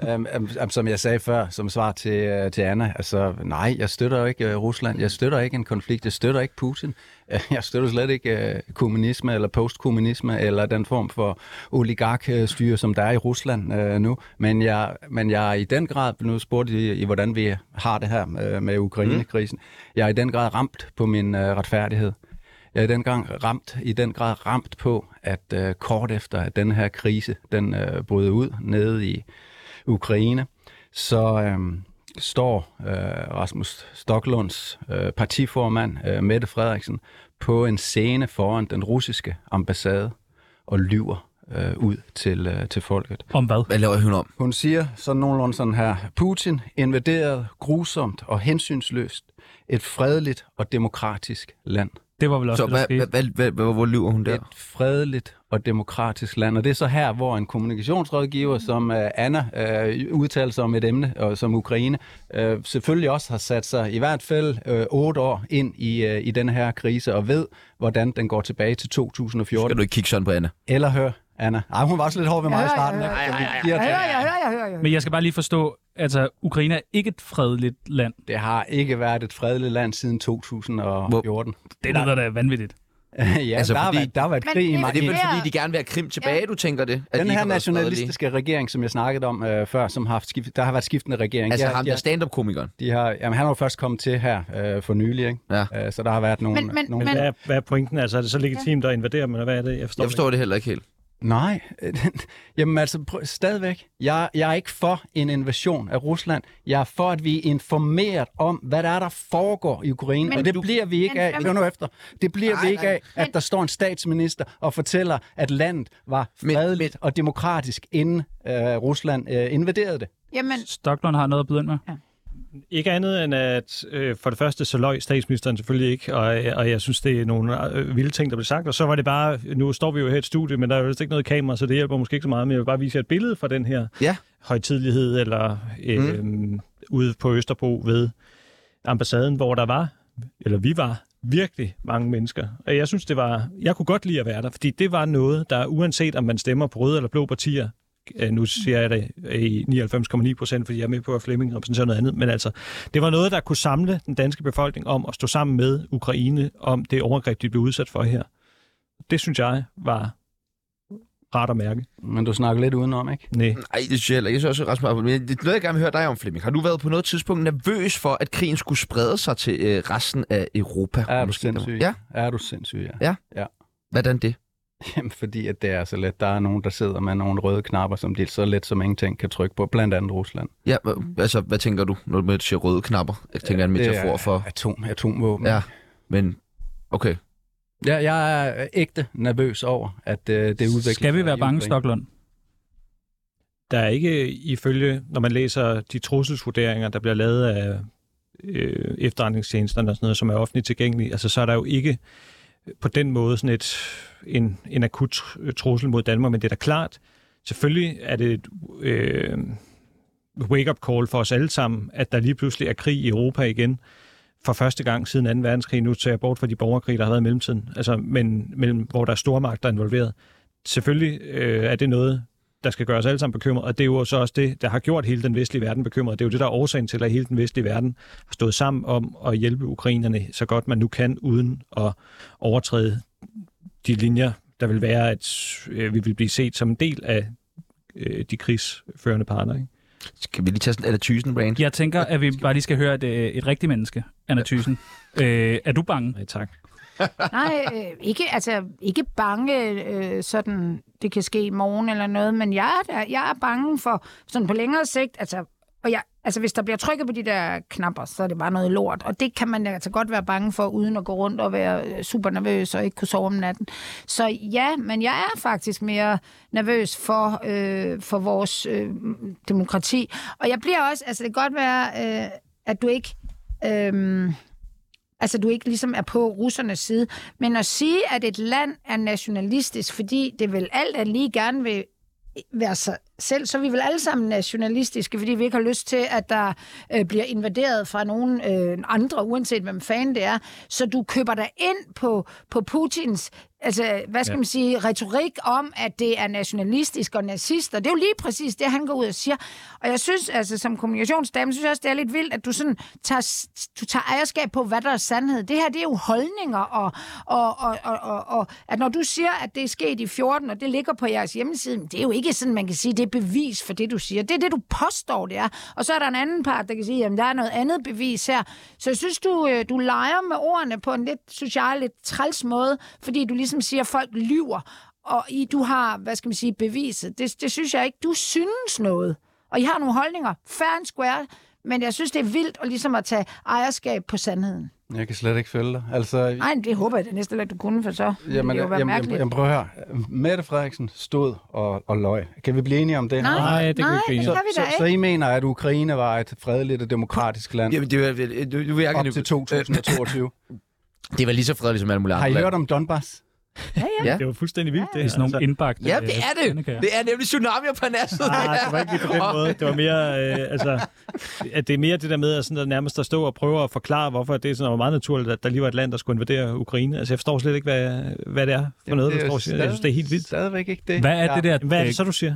Som jeg sagde før, som svar til Anna, altså nej, jeg støtter jo ikke Rusland. Jeg støtter ikke en konflikt. Jeg støtter ikke Putin. Jeg støtter slet ikke kommunisme eller postkommunisme eller den form for oligarkstyre, som der er i Rusland nu. Men jeg er i den grad, nu spurgte I, hvordan vi har det her med Ukraine-krisen. Jeg er i den grad ramt på min retfærdighed. Jeg er i den grad ramt på, at kort efter at den her krise, den bryder ud nede i Ukraine, så står Rasmus Stoklunds partiformand, Mette Frederiksen, på en scene foran den russiske ambassade og lyver ud til folket. Om hvad? Hvad laver hun om? Hun siger sådan nogenlunde sådan her: Putin invaderede grusomt og hensynsløst et fredeligt og demokratisk land. Det var vel også hvor lyver hun der? Et fredeligt og demokratisk land. Og det er så her, hvor en kommunikationsrådgiver, som Anna udtaler sig om et emne, og som Ukraine, selvfølgelig også har sat sig i hvert fald 8 år ind i den her krise, og ved, hvordan den går tilbage til 2014. Skal du ikke kigge sådan på Anna? Eller hør Anna. Ej, hun var også lidt hård ved mig i starten. Jeg hører. Men jeg skal bare lige forstå, altså Ukraine er ikke et fredeligt land. Det har ikke været et fredeligt land siden 2014. Det lyder da vanvittigt. Ja, altså, der har været krig i mig. Det er vel fordi, de gerne vil have Krim tilbage, du tænker det? Den her nationalistiske regering, som jeg snakkede om før, som der har været skiftende regering. Altså ham der stand-up-komikeren? Han har jo først kommet til her for nylig, ikke? Ja. Så der har været nogle... Men hvad er pointen? Altså, er det så legitimt at invadere, men hvad er det? Jeg forstår det heller ikke helt. Nej, jamen altså stadigvæk. Jeg er ikke for en invasion af Rusland. Jeg er for, at vi er informeret om, hvad der foregår i Ukraine. Og det bliver vi ikke af. Hør nu efter. Det bliver vi ikke af, at der står en statsminister og fortæller, at landet var fredeligt og demokratisk, inden Rusland invaderede det. Jamen, Stoklund har noget at byde ind med. Ja. Ikke andet end at for det første, så løg statsministeren selvfølgelig ikke, og jeg synes, det er nogle vilde ting, der blev sagt. Og så var det bare, nu står vi jo her i et studie, men der er jo ikke noget kamera, så det hjælper måske ikke så meget, men jeg vil bare vise et billede fra den her højtidelighed, eller ude på Østerbro ved ambassaden, hvor vi var virkelig mange mennesker. Og jeg synes, jeg kunne godt lide at være der, fordi det var noget, der uanset om man stemmer på røde eller blå partier, nu siger jeg det i 99,9%, fordi jeg er med på, at Flemming repræsenterer noget andet, men altså, det var noget, der kunne samle den danske befolkning om at stå sammen med Ukraine om det overgreb, de blev udsat for her. Det synes jeg var rart at mærke. Men du snakker lidt udenom, ikke? Nej, det synes jeg heller ikke. Jeg synes også, Rasmus, men det er noget, jeg gerne vil høre dig om, Flemming. Har du været på noget tidspunkt nervøs for, at krigen skulle sprede sig til resten af Europa? Er du sindssyg? Ja. Er du sindssyg, ja. Hvordan det? Jamen, fordi at det er så let. Der er nogen, der sidder med nogle røde knapper, som de så let som ingenting kan trykke på, blandt andet Rusland. Ja, altså, hvad tænker du, når du siger røde knapper? Jeg tænker en metafor for... atomvåben. Ja, men okay. Ja, jeg er ægte nervøs over, at det udvikler. Skal vi være bange, Stoklund? Der er ikke ifølge, når man læser de trusselsvurderinger, der bliver lavet af efterretningstjenesterne og sådan noget, som er offentligt tilgængelige, altså så er der jo ikke på den måde sådan en akut trussel mod Danmark, men det er da klart, selvfølgelig er det et wake-up call for os alle sammen, at der lige pludselig er krig i Europa igen, for første gang siden 2. verdenskrig. Nu tager jeg bort fra de borgerkrige, der har været i mellemtiden, altså, men hvor der er stormagter involveret. Selvfølgelig er det noget, der skal gøre os alle sammen bekymret, og det er jo så også det, der har gjort hele den vestlige verden bekymret. Det er jo det, der er årsagen til, at hele den vestlige verden har stået sammen om at hjælpe ukrainerne så godt man nu kan, uden at overtræde de linjer, der vil være, at vi vil blive set som en del af de krigsførende parter. Ikke? Skal vi lige tage sådan en Anna Thyssen-brand? Jeg tænker, at vi bare lige skal høre et rigtigt menneske, Anna Thyssen. Er du bange? Nej, tak. Nej, ikke bange, sådan det kan ske i morgen eller noget, men jeg er bange for sådan på længere sigt, hvis der bliver trykket på de der knapper, så er det bare noget lort, og det kan man altså godt være bange for, uden at gå rundt og være super nervøs og ikke kunne sove om natten. Så ja, men jeg er faktisk mere nervøs for vores demokrati, og jeg bliver også, det kan godt være, at du ikke... du ikke ligesom er på russernes side. Men at sige, at et land er nationalistisk, fordi det vil alt at lige gerne vil være sig selv, så er vi vel alle sammen nationalistiske, fordi vi ikke har lyst til, at der bliver invaderet fra nogen andre, uanset hvem fanden det er. Så du køber dig ind på Putins retorik om, at det er nationalistisk og nazister. Det er jo lige præcis det, han går ud og siger. Og jeg synes, som kommunikationsdame, synes jeg også, det er lidt vildt, at du sådan tager ejerskab på, hvad der er sandhed. Det her, det er jo holdninger, og at når du siger, at det er sket i 14, og det ligger på jeres hjemmeside, det er jo ikke sådan, man kan sige, det er bevis for det, du siger. Det er det, du påstår, det er. Og så er der en anden part, der kan sige, jamen, der er noget andet bevis her. Så jeg synes, du leger med ordene på en lidt, synes jeg, lidt træls måde, fordi du ligesom siger, at folk lyver, og du har, beviset. Det synes jeg ikke. Du synes noget. Og I har nogle holdninger. Fair and square. Men jeg synes, det er vildt at ligesom at tage ejerskab på sandheden. Jeg kan slet ikke følge dig. Nej, det håber jeg det næste, at du kunne, for så det jo være mærkeligt. Jamen, prøv at høre. Mette Frederiksen stod og løg. Kan vi blive enige om det? Nej, det kan vi ikke. Så I mener, at Ukraine var et fredeligt og demokratisk land? Jamen, det op til 2022. Det var lige så fredeligt som alle mulige andre. Har I hørt om Donbass? Ja. Det var fuldstændig vildt. Det er sådan nogle indbagt. Ja, det er det. Det er nemlig tsunami og Parnasset. Nej, det var ikke lige på den måde. Det var mere, at det er mere det der med at sådan, nærmest at stå og prøve at forklare, hvorfor det er sådan, meget naturligt, at der lige var et land, der skulle invadere Ukraine. Altså, jeg forstår slet ikke, hvad det er for noget, du står og siger. Jeg synes, det er helt vildt. Stadigvæk ikke det. Hvad er det der? Hvad er det så, du siger?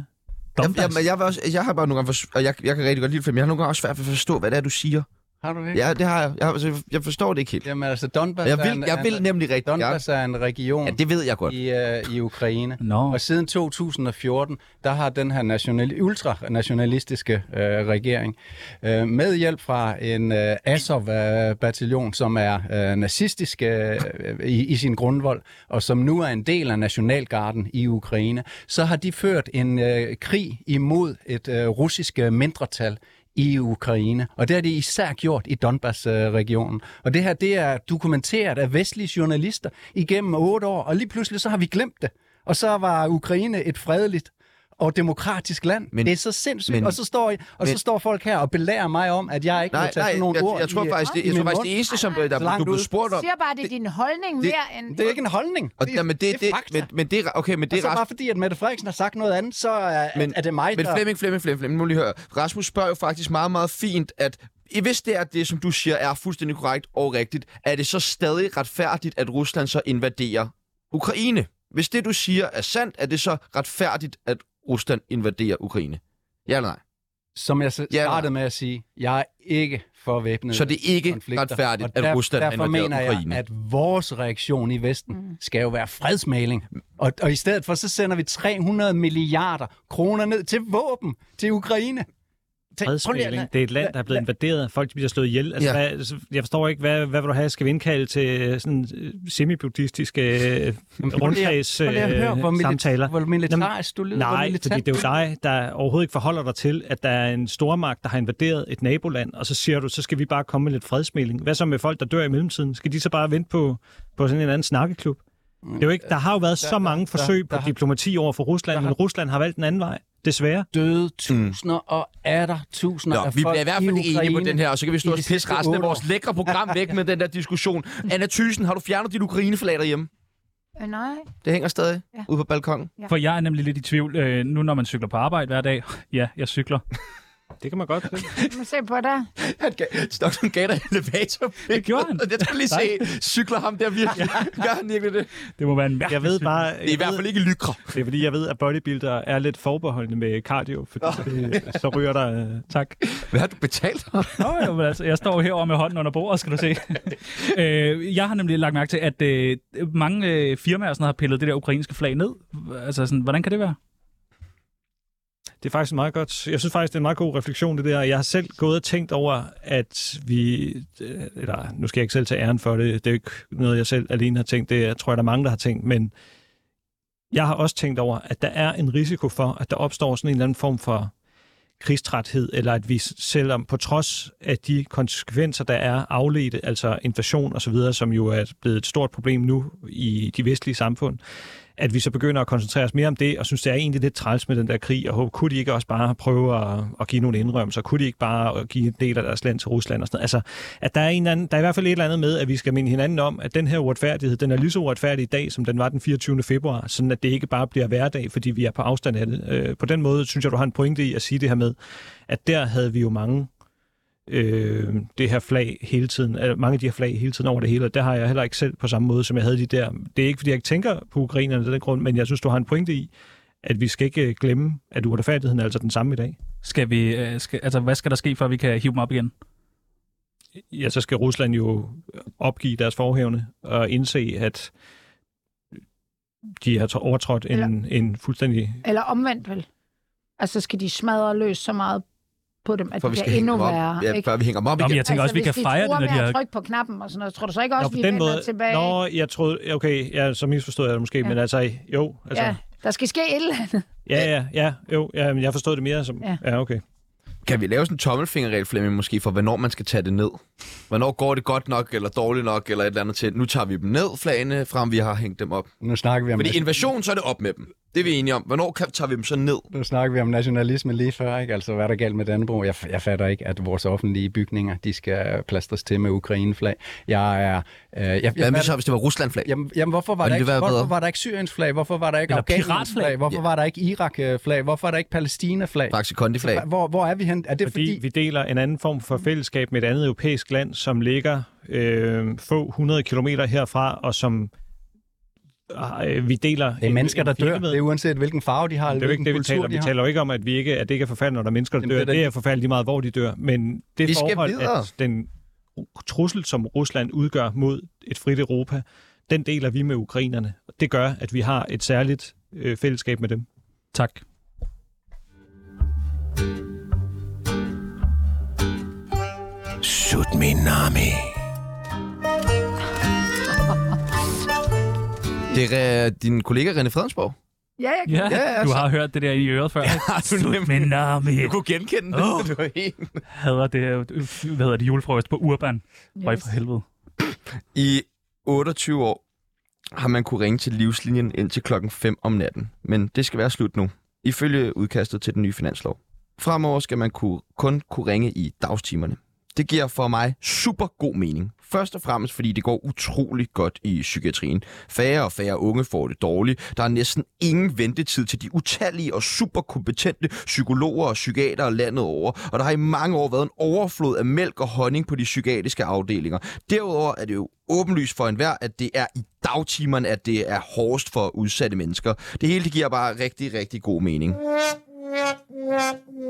Jeg har bare nogle gange og jeg kan rigtig godt lide det, men jeg har nogle gange også svært ved at forstå, hvad det er, du siger. Har du ikke? Ja, det har jeg. Jeg forstår det ikke helt. Jamen altså, Donbass jeg vil nemlig rigtig Donbass er en region det ved jeg godt. I Ukraine. Og siden 2014, der har den her ultranationalistiske regering med hjælp fra en Azov-bataljon, som er nazistisk i sin grundvold, og som nu er en del af nationalgarden i Ukraine, så har de ført en krig imod et russisk mindretal i Ukraine. Og det har de især gjort i Donbass-regionen. Og det her, det er dokumenteret af vestlige journalister igennem 8 år, og lige pludselig så har vi glemt det. Og så var Ukraine et fredeligt og demokratisk land. Men, det er så sindssygt. Og så står folk her og belærer mig om, at jeg ikke må tage sådan nogle ord. Jeg tror faktisk, det eneste, som der du blev spurgt om... Du siger bare, det er din holdning mere end... Det er ikke en holdning. Det er fakta. Men det er okay, men det er... Og så bare fordi, at Mette Frederiksen har sagt noget andet, så er det mig, der... Men Flemming, nu lige høre. Rasmus spørger jo faktisk meget, meget fint, at hvis det er det, som du siger, er fuldstændig korrekt og rigtigt, er det så stadig retfærdigt, at Rusland så invaderer Ukraine? Hvis det, du siger, er sandt, er det så retfærdigt, at Rusland invaderer Ukraine? Ja eller nej? Som jeg startede med at sige, jeg er ikke for væbnede Så det er ikke konflikter. retfærdigt, at Rusland derfor mener jeg, at vores reaktion i Vesten skal jo være fredsmægling. Og i stedet for, så sender vi 300 milliarder kroner ned til våben til Ukraine. Fredsmægling. Det er et land, der er blevet invaderet. Folk bliver slået ihjel. Altså, jeg forstår ikke, hvad vil du have? Skal vi indkalde til sådan semi-buddhistiske rundkreds-samtaler? Hvor militarisk du lyder? Nej, fordi det er jo dig, der overhovedet ikke forholder dig til, at der er en stormagt, der har invaderet et naboland, og så siger du, så skal vi bare komme med lidt fredsmægling. Hvad så med folk, der dør i mellemtiden? Skal de så bare vente på sådan en anden snakkeklub? Det er jo ikke, der har jo været så mange forsøg på diplomati over for Rusland, men Rusland har valgt en anden vej. Desværre. Døde tusinder og er der tusinder af folk. Vi bliver i hvert fald ikke enige på den her, og så kan vi stå og pisse resten af vores lækre program væk med den der diskussion. Anna Thyssen, har du fjernet dit Ukraine-flag derhjemme? Nej. Det hænger stadig ude på balkongen. Ja. For jeg er nemlig lidt i tvivl. Nu når man cykler på arbejde hver dag. Ja, jeg cykler. Det kan man godt se. Man se på dig. Stockton gav dig elevator. Det gjorde han. Jeg skal lige se, cykler ham der virkelig. Gør han virkelig det? Det må være en mærkelig. Jeg ved bare... Det er i hvert fald ikke lykre. Det er fordi, jeg ved, at bodybuilder er lidt forbeholdende med cardio, fordi så ryger der... Tak. Hvad har du betalt? Nå, altså, jeg står herovre med hånden under bordet, skal du se. Jeg har nemlig lagt mærke til, at mange firmaer sådan har pillet det der ukrainske flag ned. Altså, sådan, hvordan kan det være? Det er faktisk meget godt. Jeg synes faktisk, det er en meget god refleksion, det der. Jeg har selv gået og tænkt over, at vi... Eller, nu skal jeg ikke selv tage æren for det. Det er jo ikke noget, jeg selv alene har tænkt. Det tror jeg, der er mange, der har tænkt. Men jeg har også tænkt over, at der er en risiko for, at der opstår sådan en eller anden form for krigstræthed, eller at vi selvom på trods af de konsekvenser, der er afledte, altså inflation osv., som jo er blevet et stort problem nu i de vestlige samfund, at vi så begynder at koncentrere os mere om det, og synes, det er egentlig lidt træls med den der krig, og håber, kunne de ikke også bare prøve at give nogle indrømmelser? Kunne de ikke bare give en del af deres land til Rusland og sådan noget? Altså, at der er en anden, der er i hvert fald et eller andet med, at vi skal minde hinanden om, at den her uretfærdighed, den er lige så uretfærdig i dag, som den var den 24. februar, sådan at det ikke bare bliver hverdag, fordi vi er på afstand af det. På den måde synes jeg, du har en pointe i at sige det her med, at der havde vi jo mange det her flag hele tiden, mange af de her flag hele tiden over det hele, og der har jeg heller ikke selv på samme måde, som jeg havde de der. Det er ikke, fordi jeg ikke tænker på ukrainerne af den grund, men jeg synes, du har en pointe i, at vi skal ikke glemme, at uretfærdigheden er altså den samme i dag. Hvad skal der ske, for at vi kan hive dem op igen? Ja, så skal Rusland jo opgive deres forhævne og indse, at de har overtrådt en fuldstændig... Eller omvendt vel? Altså skal de smadre løs så meget på dem, at det bliver endnu værre. Ja, før vi hænger dem op igen. Jeg tænker også, vi kan fejre det, når de har... tryk på knappen og sådan noget. Tror du så ikke også, vi vender tilbage? Nå, jeg troede... Okay, så misforstod jeg det måske, men altså, jo. Altså... Ja, der skal ske et eller andet. Ja, jeg forstod det mere som... Ja, okay. Kan vi lave sådan en tommelfingerregel, Flemming, måske, for hvornår man skal tage det ned? Hvornår går det godt nok, eller dårligt nok, eller et eller andet til? Nu tager vi dem ned, flagene, frem vi har hængt dem op. Nu snakker vi om... Fordi invasion, så er det op med dem. Det er vi enige om. Hvornår tager vi dem så ned? Nu snakker vi om nationalisme lige før, ikke? Altså, hvad er der galt med Dannebrog? Jeg fatter ikke, at vores offentlige bygninger, de skal plastres til med Ukraine-flag. Hvad med så, hvis det var Rusland-flag? Jamen hvorfor var der ikke Syriens flag? Hvorfor var der ikke Afghanistans flag? Hvorfor var der ikke Irak-flag? Hvorfor er der ikke Palæstina-flag? Faktisk Kondi-flag. Hvor er vi hen? Er det fordi vi deler en anden form for fællesskab med et andet europæisk land, som ligger få 100 kilometer herfra, og som vi deler... Det er mennesker, der dør. Det er uanset, hvilken farve de har. Det er jo ikke det, vi taler. Vi taler jo ikke om, at det ikke er forfærdeligt, når der er mennesker, der dør. Det er forfærdeligt lige meget, hvor de dør. Men det forhold, at den trussel, som Rusland udgør mod et frit Europa, den deler vi med ukrainerne. Det gør, at vi har et særligt fællesskab med dem. Tak. Sutminami. Det er din kollega René Fredensborg. Ja, du har hørt det der i øret før. Du kunne genkende det. Du var helt... Hader det, julefrokost på Urban. Røg for helvede. I 28 år har man kunne ringe til livslinjen indtil 5 om natten. Men det skal være slut nu, ifølge udkastet til den nye finanslov. Fremover skal man kun kunne ringe i dagstimerne. Det giver for mig super god mening. Først og fremmest, fordi det går utrolig godt i psykiatrien. Færre og færre unge får det dårligt. Der er næsten ingen ventetid til de utallige og super kompetente psykologer og psykiater landet over. Og der har i mange år været en overflod af mælk og honning på de psykiatriske afdelinger. Derudover er det jo åbenlyst for enhver, at det er i dagtimerne, at det er hårdest for udsatte mennesker. Det hele det giver bare rigtig, rigtig god mening.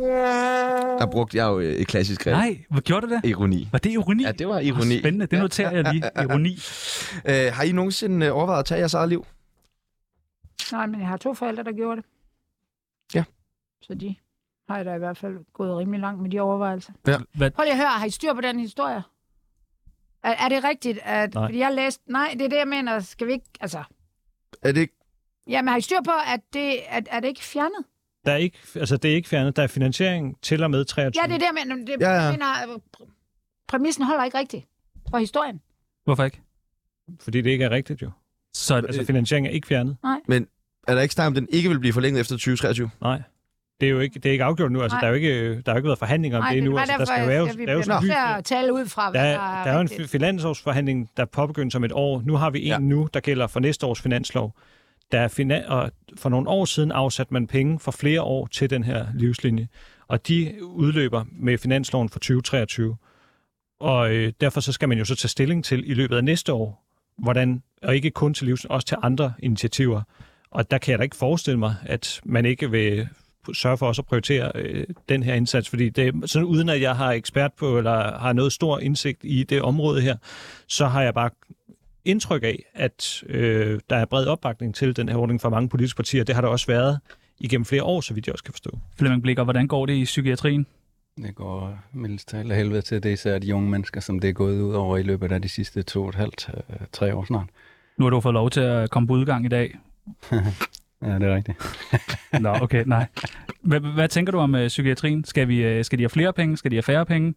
Der brugte jeg jo et klassisk greb. Nej, hvad gjorde du det? Ironi. Var det ironi? Ja, det var ironi. Spændende, det noterer jeg lige. Ironi. Har I nogensinde overvejet at tage jeres eget liv? Nej, men jeg har 2 forældre, der gjorde det. Ja. Så de har jeg da i hvert fald gået rimelig langt med de overvejelser. Ja. Prøv lige at høre, har I styr på den historie? Er det rigtigt, at... Nej. Fordi jeg læste... Nej, det er det, jeg mener. Skal vi ikke... Altså... Er det ikke... Jamen, har I styr på, at det er det ikke fjernet? Der er ikke, altså, det er ikke fjernet. Der er finansiering til og med 23. Ja, det er det, jeg mener. Jeg mener, præmissen holder ikke rigtigt for historien. Hvorfor ikke? Fordi det ikke er rigtigt, jo. Så altså, finansiering er ikke fjernet. Nej. Men er der ikke snart, om den ikke vil blive forlænget efter 2023? Nej. Det er jo ikke afgjort nu. Altså, der er jo ikke været forhandlinger om det endnu. Altså, der skal være tale ud fra, hvad der er jo en finansårsforhandling, der påbegyndt om et år. Nu har vi en nu, der gælder for næste års finanslov. Der er og for nogle år siden afsat man penge for flere år til den her livslinje. Og de udløber med finansloven for 2023. Og derfor så skal man jo så tage stilling til i løbet af næste år, hvordan, og ikke kun til livslinje, også til andre initiativer. Og der kan jeg da ikke forestille mig, at man ikke vil sørge for også at prioritere den her indsats, fordi det er sådan, uden at jeg har ekspert på, eller har noget stor indsigt i det område her, så har jeg bare indtryk af, at der er bred opbakning til den her ordning fra mange politiske partier. Det har der også været igennem flere år, så vidt jeg også kan forstå. Flemming Blicher, hvordan går det i psykiatrien? Det går mildest talt af helvede til. Det er især de unge mennesker, som det er gået ud over i løbet af de sidste 2,5-3 år snart. Nu har du fået lov til at komme på udgang i dag. Ja, det er rigtigt. Nå, okay, nej. Hvad tænker du om psykiatrien? Skal de have flere penge? Skal de have færre penge?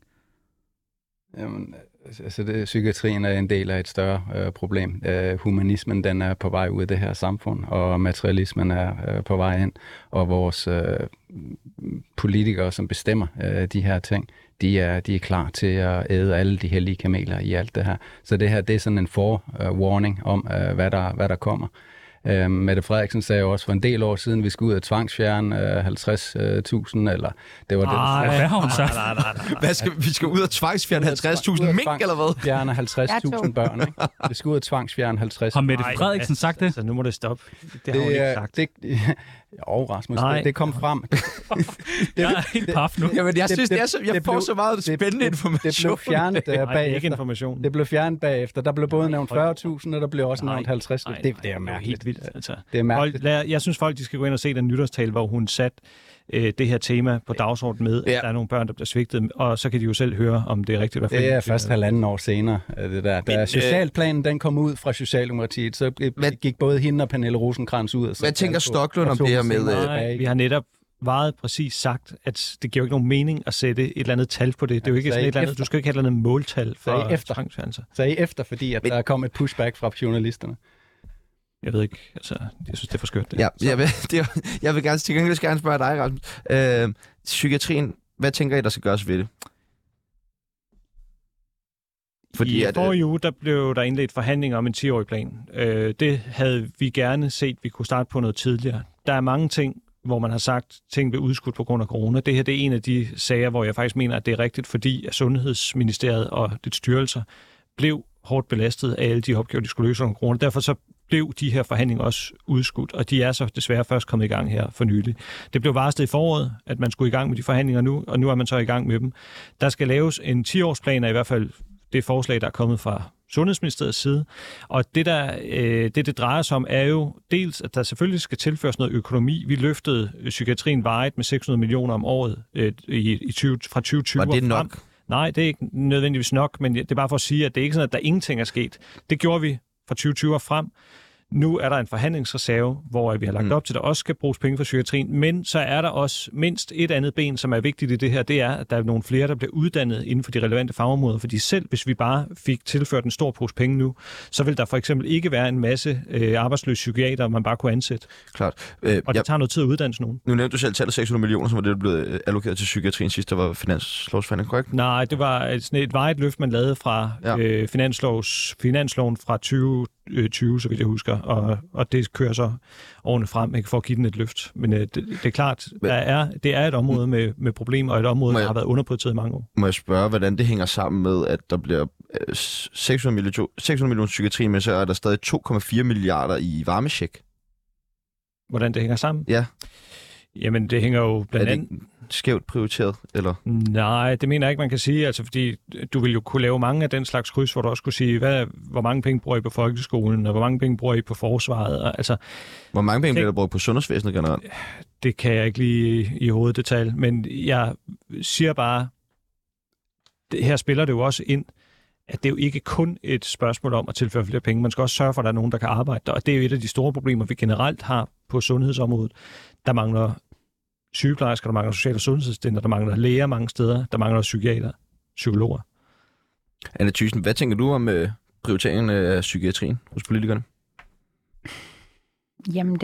Jamen, altså psykiatrien er en del af et større problem. Humanismen, den er på vej ud af det her samfund, og materialismen er på vej ind. Og vores politikere, som bestemmer de her ting, de er klar til at æde alle de hellige kameler i alt det her. Så det her, det er sådan en forewarning om, hvad der kommer. Mette Frederiksen sagde jo også for en del år siden, at vi skulle ud og tvangsfjerne 50.000, eller det var det. Hvad har hun sagt? Nej. Vi skal ud og tvangsfjerne 50.000 mink, eller hvad? Fjerne 50.000 børn, ikke? Vi skal ud og tvangsfjerne 50. Har Mette Frederiksen sagt det? Så nu må det stoppe. Det har hun ikke sagt. Rasmus, det kom frem. Jeg er helt paf nu. Jamen, jeg synes, jeg får så meget spændende information. Det blev fjernet bagefter. Information. Det blev fjernet bagefter. Der blev både nævnt 40.000, og der blev også nævnt 50.000. Det er mærkeligt. Helt vildt. Altså. Det er mærkeligt. Jeg synes, folk de skal gå ind og se den nytårstale, hvor hun satte det her tema på dagsordenen med, at der er nogle børn, der bliver svigtet, og så kan de jo selv høre, om det er rigtigt. Det er først 1,5 år senere, det der. Da socialplanen den kom ud fra Socialdemokratiet, så gik både hende og Pernille Rosenkrantz ud. Hvad tænker Stocklund om det her med... Vi har netop meget præcis sagt, at det giver ikke nogen mening at sætte et eller andet tal på det. Det er jo ikke sådan et eller andet, du skal ikke have et eller andet måltal for tvangsfjernelser. Så I efter, fordi at der kom et pushback fra journalisterne. Jeg ved ikke, altså, jeg synes, det er for skørt. Ja, jeg vil gerne spørge dig, Rasmus. Psykiatrien, hvad tænker I, der skal gøres ved det? Fordi I forrige uge, der blev der indledt forhandlinger om en 10-årig plan. Det havde vi gerne set, vi kunne starte på noget tidligere. Der er mange ting, hvor man har sagt, at ting blev udskudt på grund af corona. Det her det er en af de sager, hvor jeg faktisk mener, at det er rigtigt, fordi at Sundhedsministeriet og dets styrelser blev hårdt belastet af alle de opgaver, de skulle løse under corona. Derfor så blev de her forhandlinger også udskudt, og de er så desværre først kommet i gang her for nylig. Det blev varslet i foråret, at man skulle i gang med de forhandlinger nu, og nu er man så i gang med dem. Der skal laves en 10-årsplan af i hvert fald det forslag, der er kommet fra Sundhedsministeriets side. Og det drejer sig om, er jo dels, at der selvfølgelig skal tilføres noget økonomi. Vi løftede psykiatrien varigt med 600 millioner om året fra 2020. Var det nok? Nej, det er ikke nødvendigvis nok, men det er bare for at sige, at det er ikke sådan, at der ingenting er sket. Det gjorde vi fra 2020 og frem. Nu er der en forhandlingsreserve, hvor vi har lagt op til, at der også skal bruges penge for psykiatrien, men så er der også mindst et andet ben, som er vigtigt i det her, det er, at der er nogle flere, der bliver uddannet inden for de relevante fagområder, fordi selv hvis vi bare fik tilført en stor pose penge nu, så vil der for eksempel ikke være en masse arbejdsløse psykiater, man bare kunne ansætte. Klart. Og det tager noget tid at uddanne nogen. Nu nævnte du selv tallet 600 millioner, som var det, der blev allokeret til psykiatrien sidst, der var finanslovsforhandling, korrekt? Nej, det var et varigt løft, man lavede fra finansloven fra 2020, så vidt jeg husker, og det kører så årene frem, ikke, for at give den et løft. Men det er klart, det er et område med problemer, og et område, der har været underprioriteret i mange år. Må jeg spørge, hvordan det hænger sammen med, at der bliver 600 millioner psykiatri, men så er der stadig 2,4 milliarder i varmecheck? Hvordan det hænger sammen? Ja. Jamen, det hænger jo blandt andet... skævt prioriteret, eller? Nej, det mener jeg ikke, man kan sige. Altså, fordi du vil jo kunne lave mange af den slags kryds, hvor du også kunne sige, hvor mange penge bruger I på folkeskolen, og hvor mange penge bruger I på forsvaret. Og, altså, hvor mange penge bliver der brugt på sundhedsvæsenet generelt? Det kan jeg ikke lige i hoveddetalj, men jeg siger bare, her spiller det jo også ind, at det er jo ikke kun et spørgsmål om at tilføre flere penge. Man skal også sørge for, at der er nogen, der kan arbejde der. Og det er jo et af de store problemer, vi generelt har på sundhedsområdet. Der mangler sygeplejersker, der mangler social- og sundhedsassistenter, der mangler læger mange steder, der mangler psykiater, psykologer. Anna Thyssen, hvad tænker du om prioriteringen af psykiatrien hos politikerne? Jamen,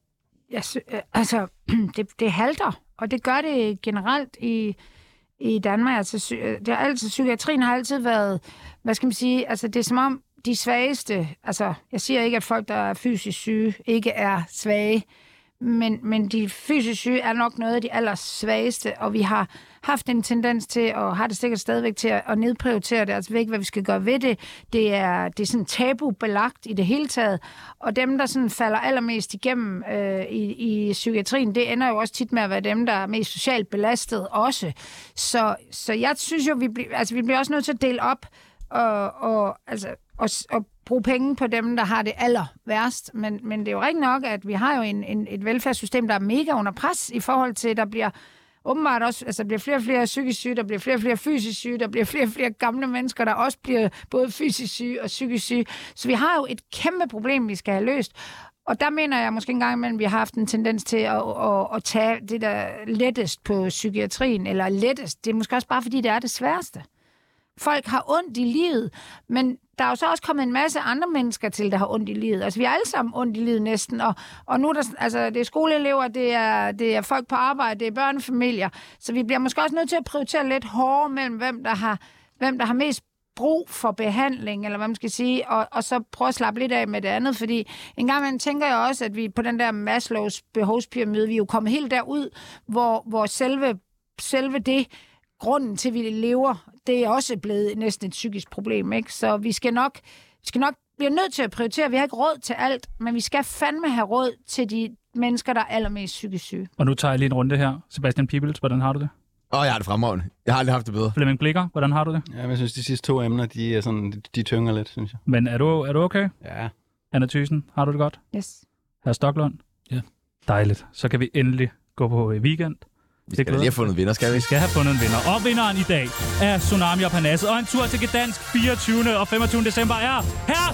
det halter, og det gør det generelt i Danmark. Altså, psykiatrien har altid været, hvad skal man sige, altså det er som om de svageste, altså jeg siger ikke, at folk, der er fysisk syge, ikke er svage, men de fysisk syge er nok noget af de allersvageste, og vi har haft en tendens til, og har det sikkert stadigvæk til at nedprioritere det, altså ved ikke, hvad vi skal gøre ved det. Det er sådan tabubelagt i det hele taget, og dem, der sådan falder allermest igennem i psykiatrien, det ender jo også tit med at være dem, der er mest socialt belastet også. Så jeg synes jo, vi bliver også nødt til at dele op og bruge penge på dem, der har det aller værst. Men det er jo rigtigt nok, at vi har jo et velfærdssystem, der er mega under pres i forhold til, der bliver åbenbart også, altså der bliver flere og flere psykisk syge, der bliver flere og flere fysisk syge, der bliver flere og flere gamle mennesker, der også bliver både fysisk syge og psykisk syge. Så vi har jo et kæmpe problem, vi skal have løst. Og der mener jeg måske engang imellem, vi har haft en tendens til at tage det, der lettest på psykiatrien, eller lettest. Det er måske også bare, fordi det er det sværeste. Folk har ondt i livet, men der er jo så også kommet en masse andre mennesker til, der har ondt i livet. Altså, vi har alle sammen ondt i livet næsten, og nu er der, altså, det er skoleelever, det er folk på arbejde, det er børnefamilier, så vi bliver måske også nødt til at prioritere lidt hårdere mellem, hvem der har mest brug for behandling, eller hvad man skal sige, og så prøve at slappe lidt af med det andet, fordi en gang imellem tænker jeg også, at vi på den der Maslows behovspyramide, vi er jo kommet helt derud, hvor selve det, grunden til, at vi lever, det er også blevet næsten et psykisk problem, ikke? Så vi skal nok blive nødt til at prioritere. Vi har ikke råd til alt, men vi skal fandme have råd til de mennesker, der er allermest psykisk syge. Og nu tager jeg lige en runde her. Sebastian Pibels, hvordan har du det? Jeg har det fremragende. Jeg har aldrig haft det bedre. Flemming Blikker, hvordan har du det? Ja, jeg synes, de sidste 2 emner, de tynger lidt, synes jeg. Men er du okay? Ja. Anna Thyssen, har du det godt? Yes. Hr. Stocklund? Ja. Dejligt. Så kan vi endelig gå på weekend. Vi skal lige have fundet en vinder, skal vi? Vi skal have fundet en vinder. Og vinderen i dag er Tsunami og Parnasset. Og en tur til Gdansk 24. og 25. december er Hr.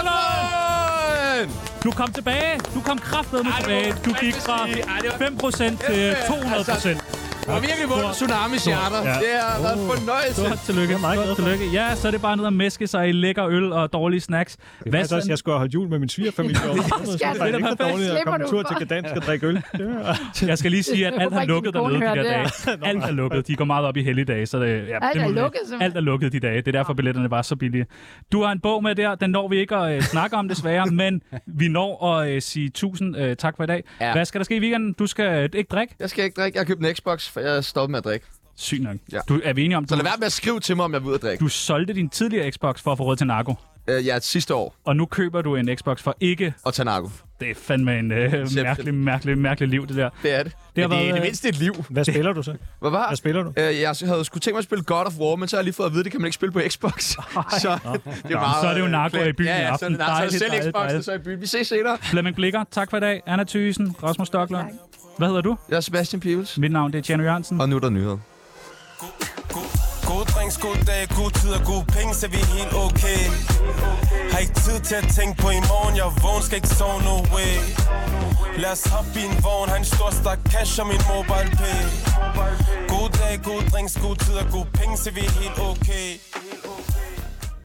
Stocklund! Du kom tilbage. Du kom kraftedeme tilbage. Du gik fra 5% til 200%. Du har virkelig vundet Tsunamis hjerter. Ja. Det har været en fornøjelse. Stort tillykke. Stort tillykke. Ja, så er det bare ned at mæske sig i lækker øl og dårlige snacks. Det er også, jeg skulle have holdt jul med min svigerfamilie. Det er ikke så dårligt at komme en tur til Gdansk og drikke øl. Jeg skal lige sige, at alt har lukket dernede de der dage. Alt er lukket. De går meget op i helligdage. Så det, ja, alt er lukket, alt er lukket de dage. Det er derfor, billetterne var så billige. Du har en bog med der. Den når vi ikke at snakke om desværre, men vi når at sige 1000 tak for i dag. Ja. Hvad skal der ske i weekenden? Du skal ikke drikke? Jeg skal ikke drikke. Jeg har købt en Xbox, for jeg er stoppet med at drikke. Sygt nok. Ja. Er vi enige om... Så lad være med at skrive til mig, om jeg vil ud at drikke. Du solgte din tidligere Xbox for at få råd til narko. Ja, sidste år. Og nu køber du en Xbox for ikke... at tage narko. Det er fandme en mærkelig liv, det der. Det er det. Det er det mindste et liv. Hvad spiller du så? Hvad spiller du? Jeg havde sgu tænkt mig at spille God of War, men så har jeg lige fået at vide, det kan man ikke spille på Xbox. Så er det jo narko i byen i aften. Så er det selv Xbox, og så i byen. Vi ses senere. Flemming Blikker, tak for i dag. Anna Thyssen, Rasmus Stocklund. Hvad hedder du? Jeg er Sebastian Pibels. Mit navn det er Tjerno Jørgensen. Og nu er der nyheder. God drinks, god dag, god tid og god penge, så vi er helt okay. Har ikke tid til at tænke på i morgen, jeg vågen, skal ikke sove no way. Lad os hoppe i en vogn, har en stor stak cash og min mobile pay. God dag, god drinks, god tid og god penge, så vi er helt okay.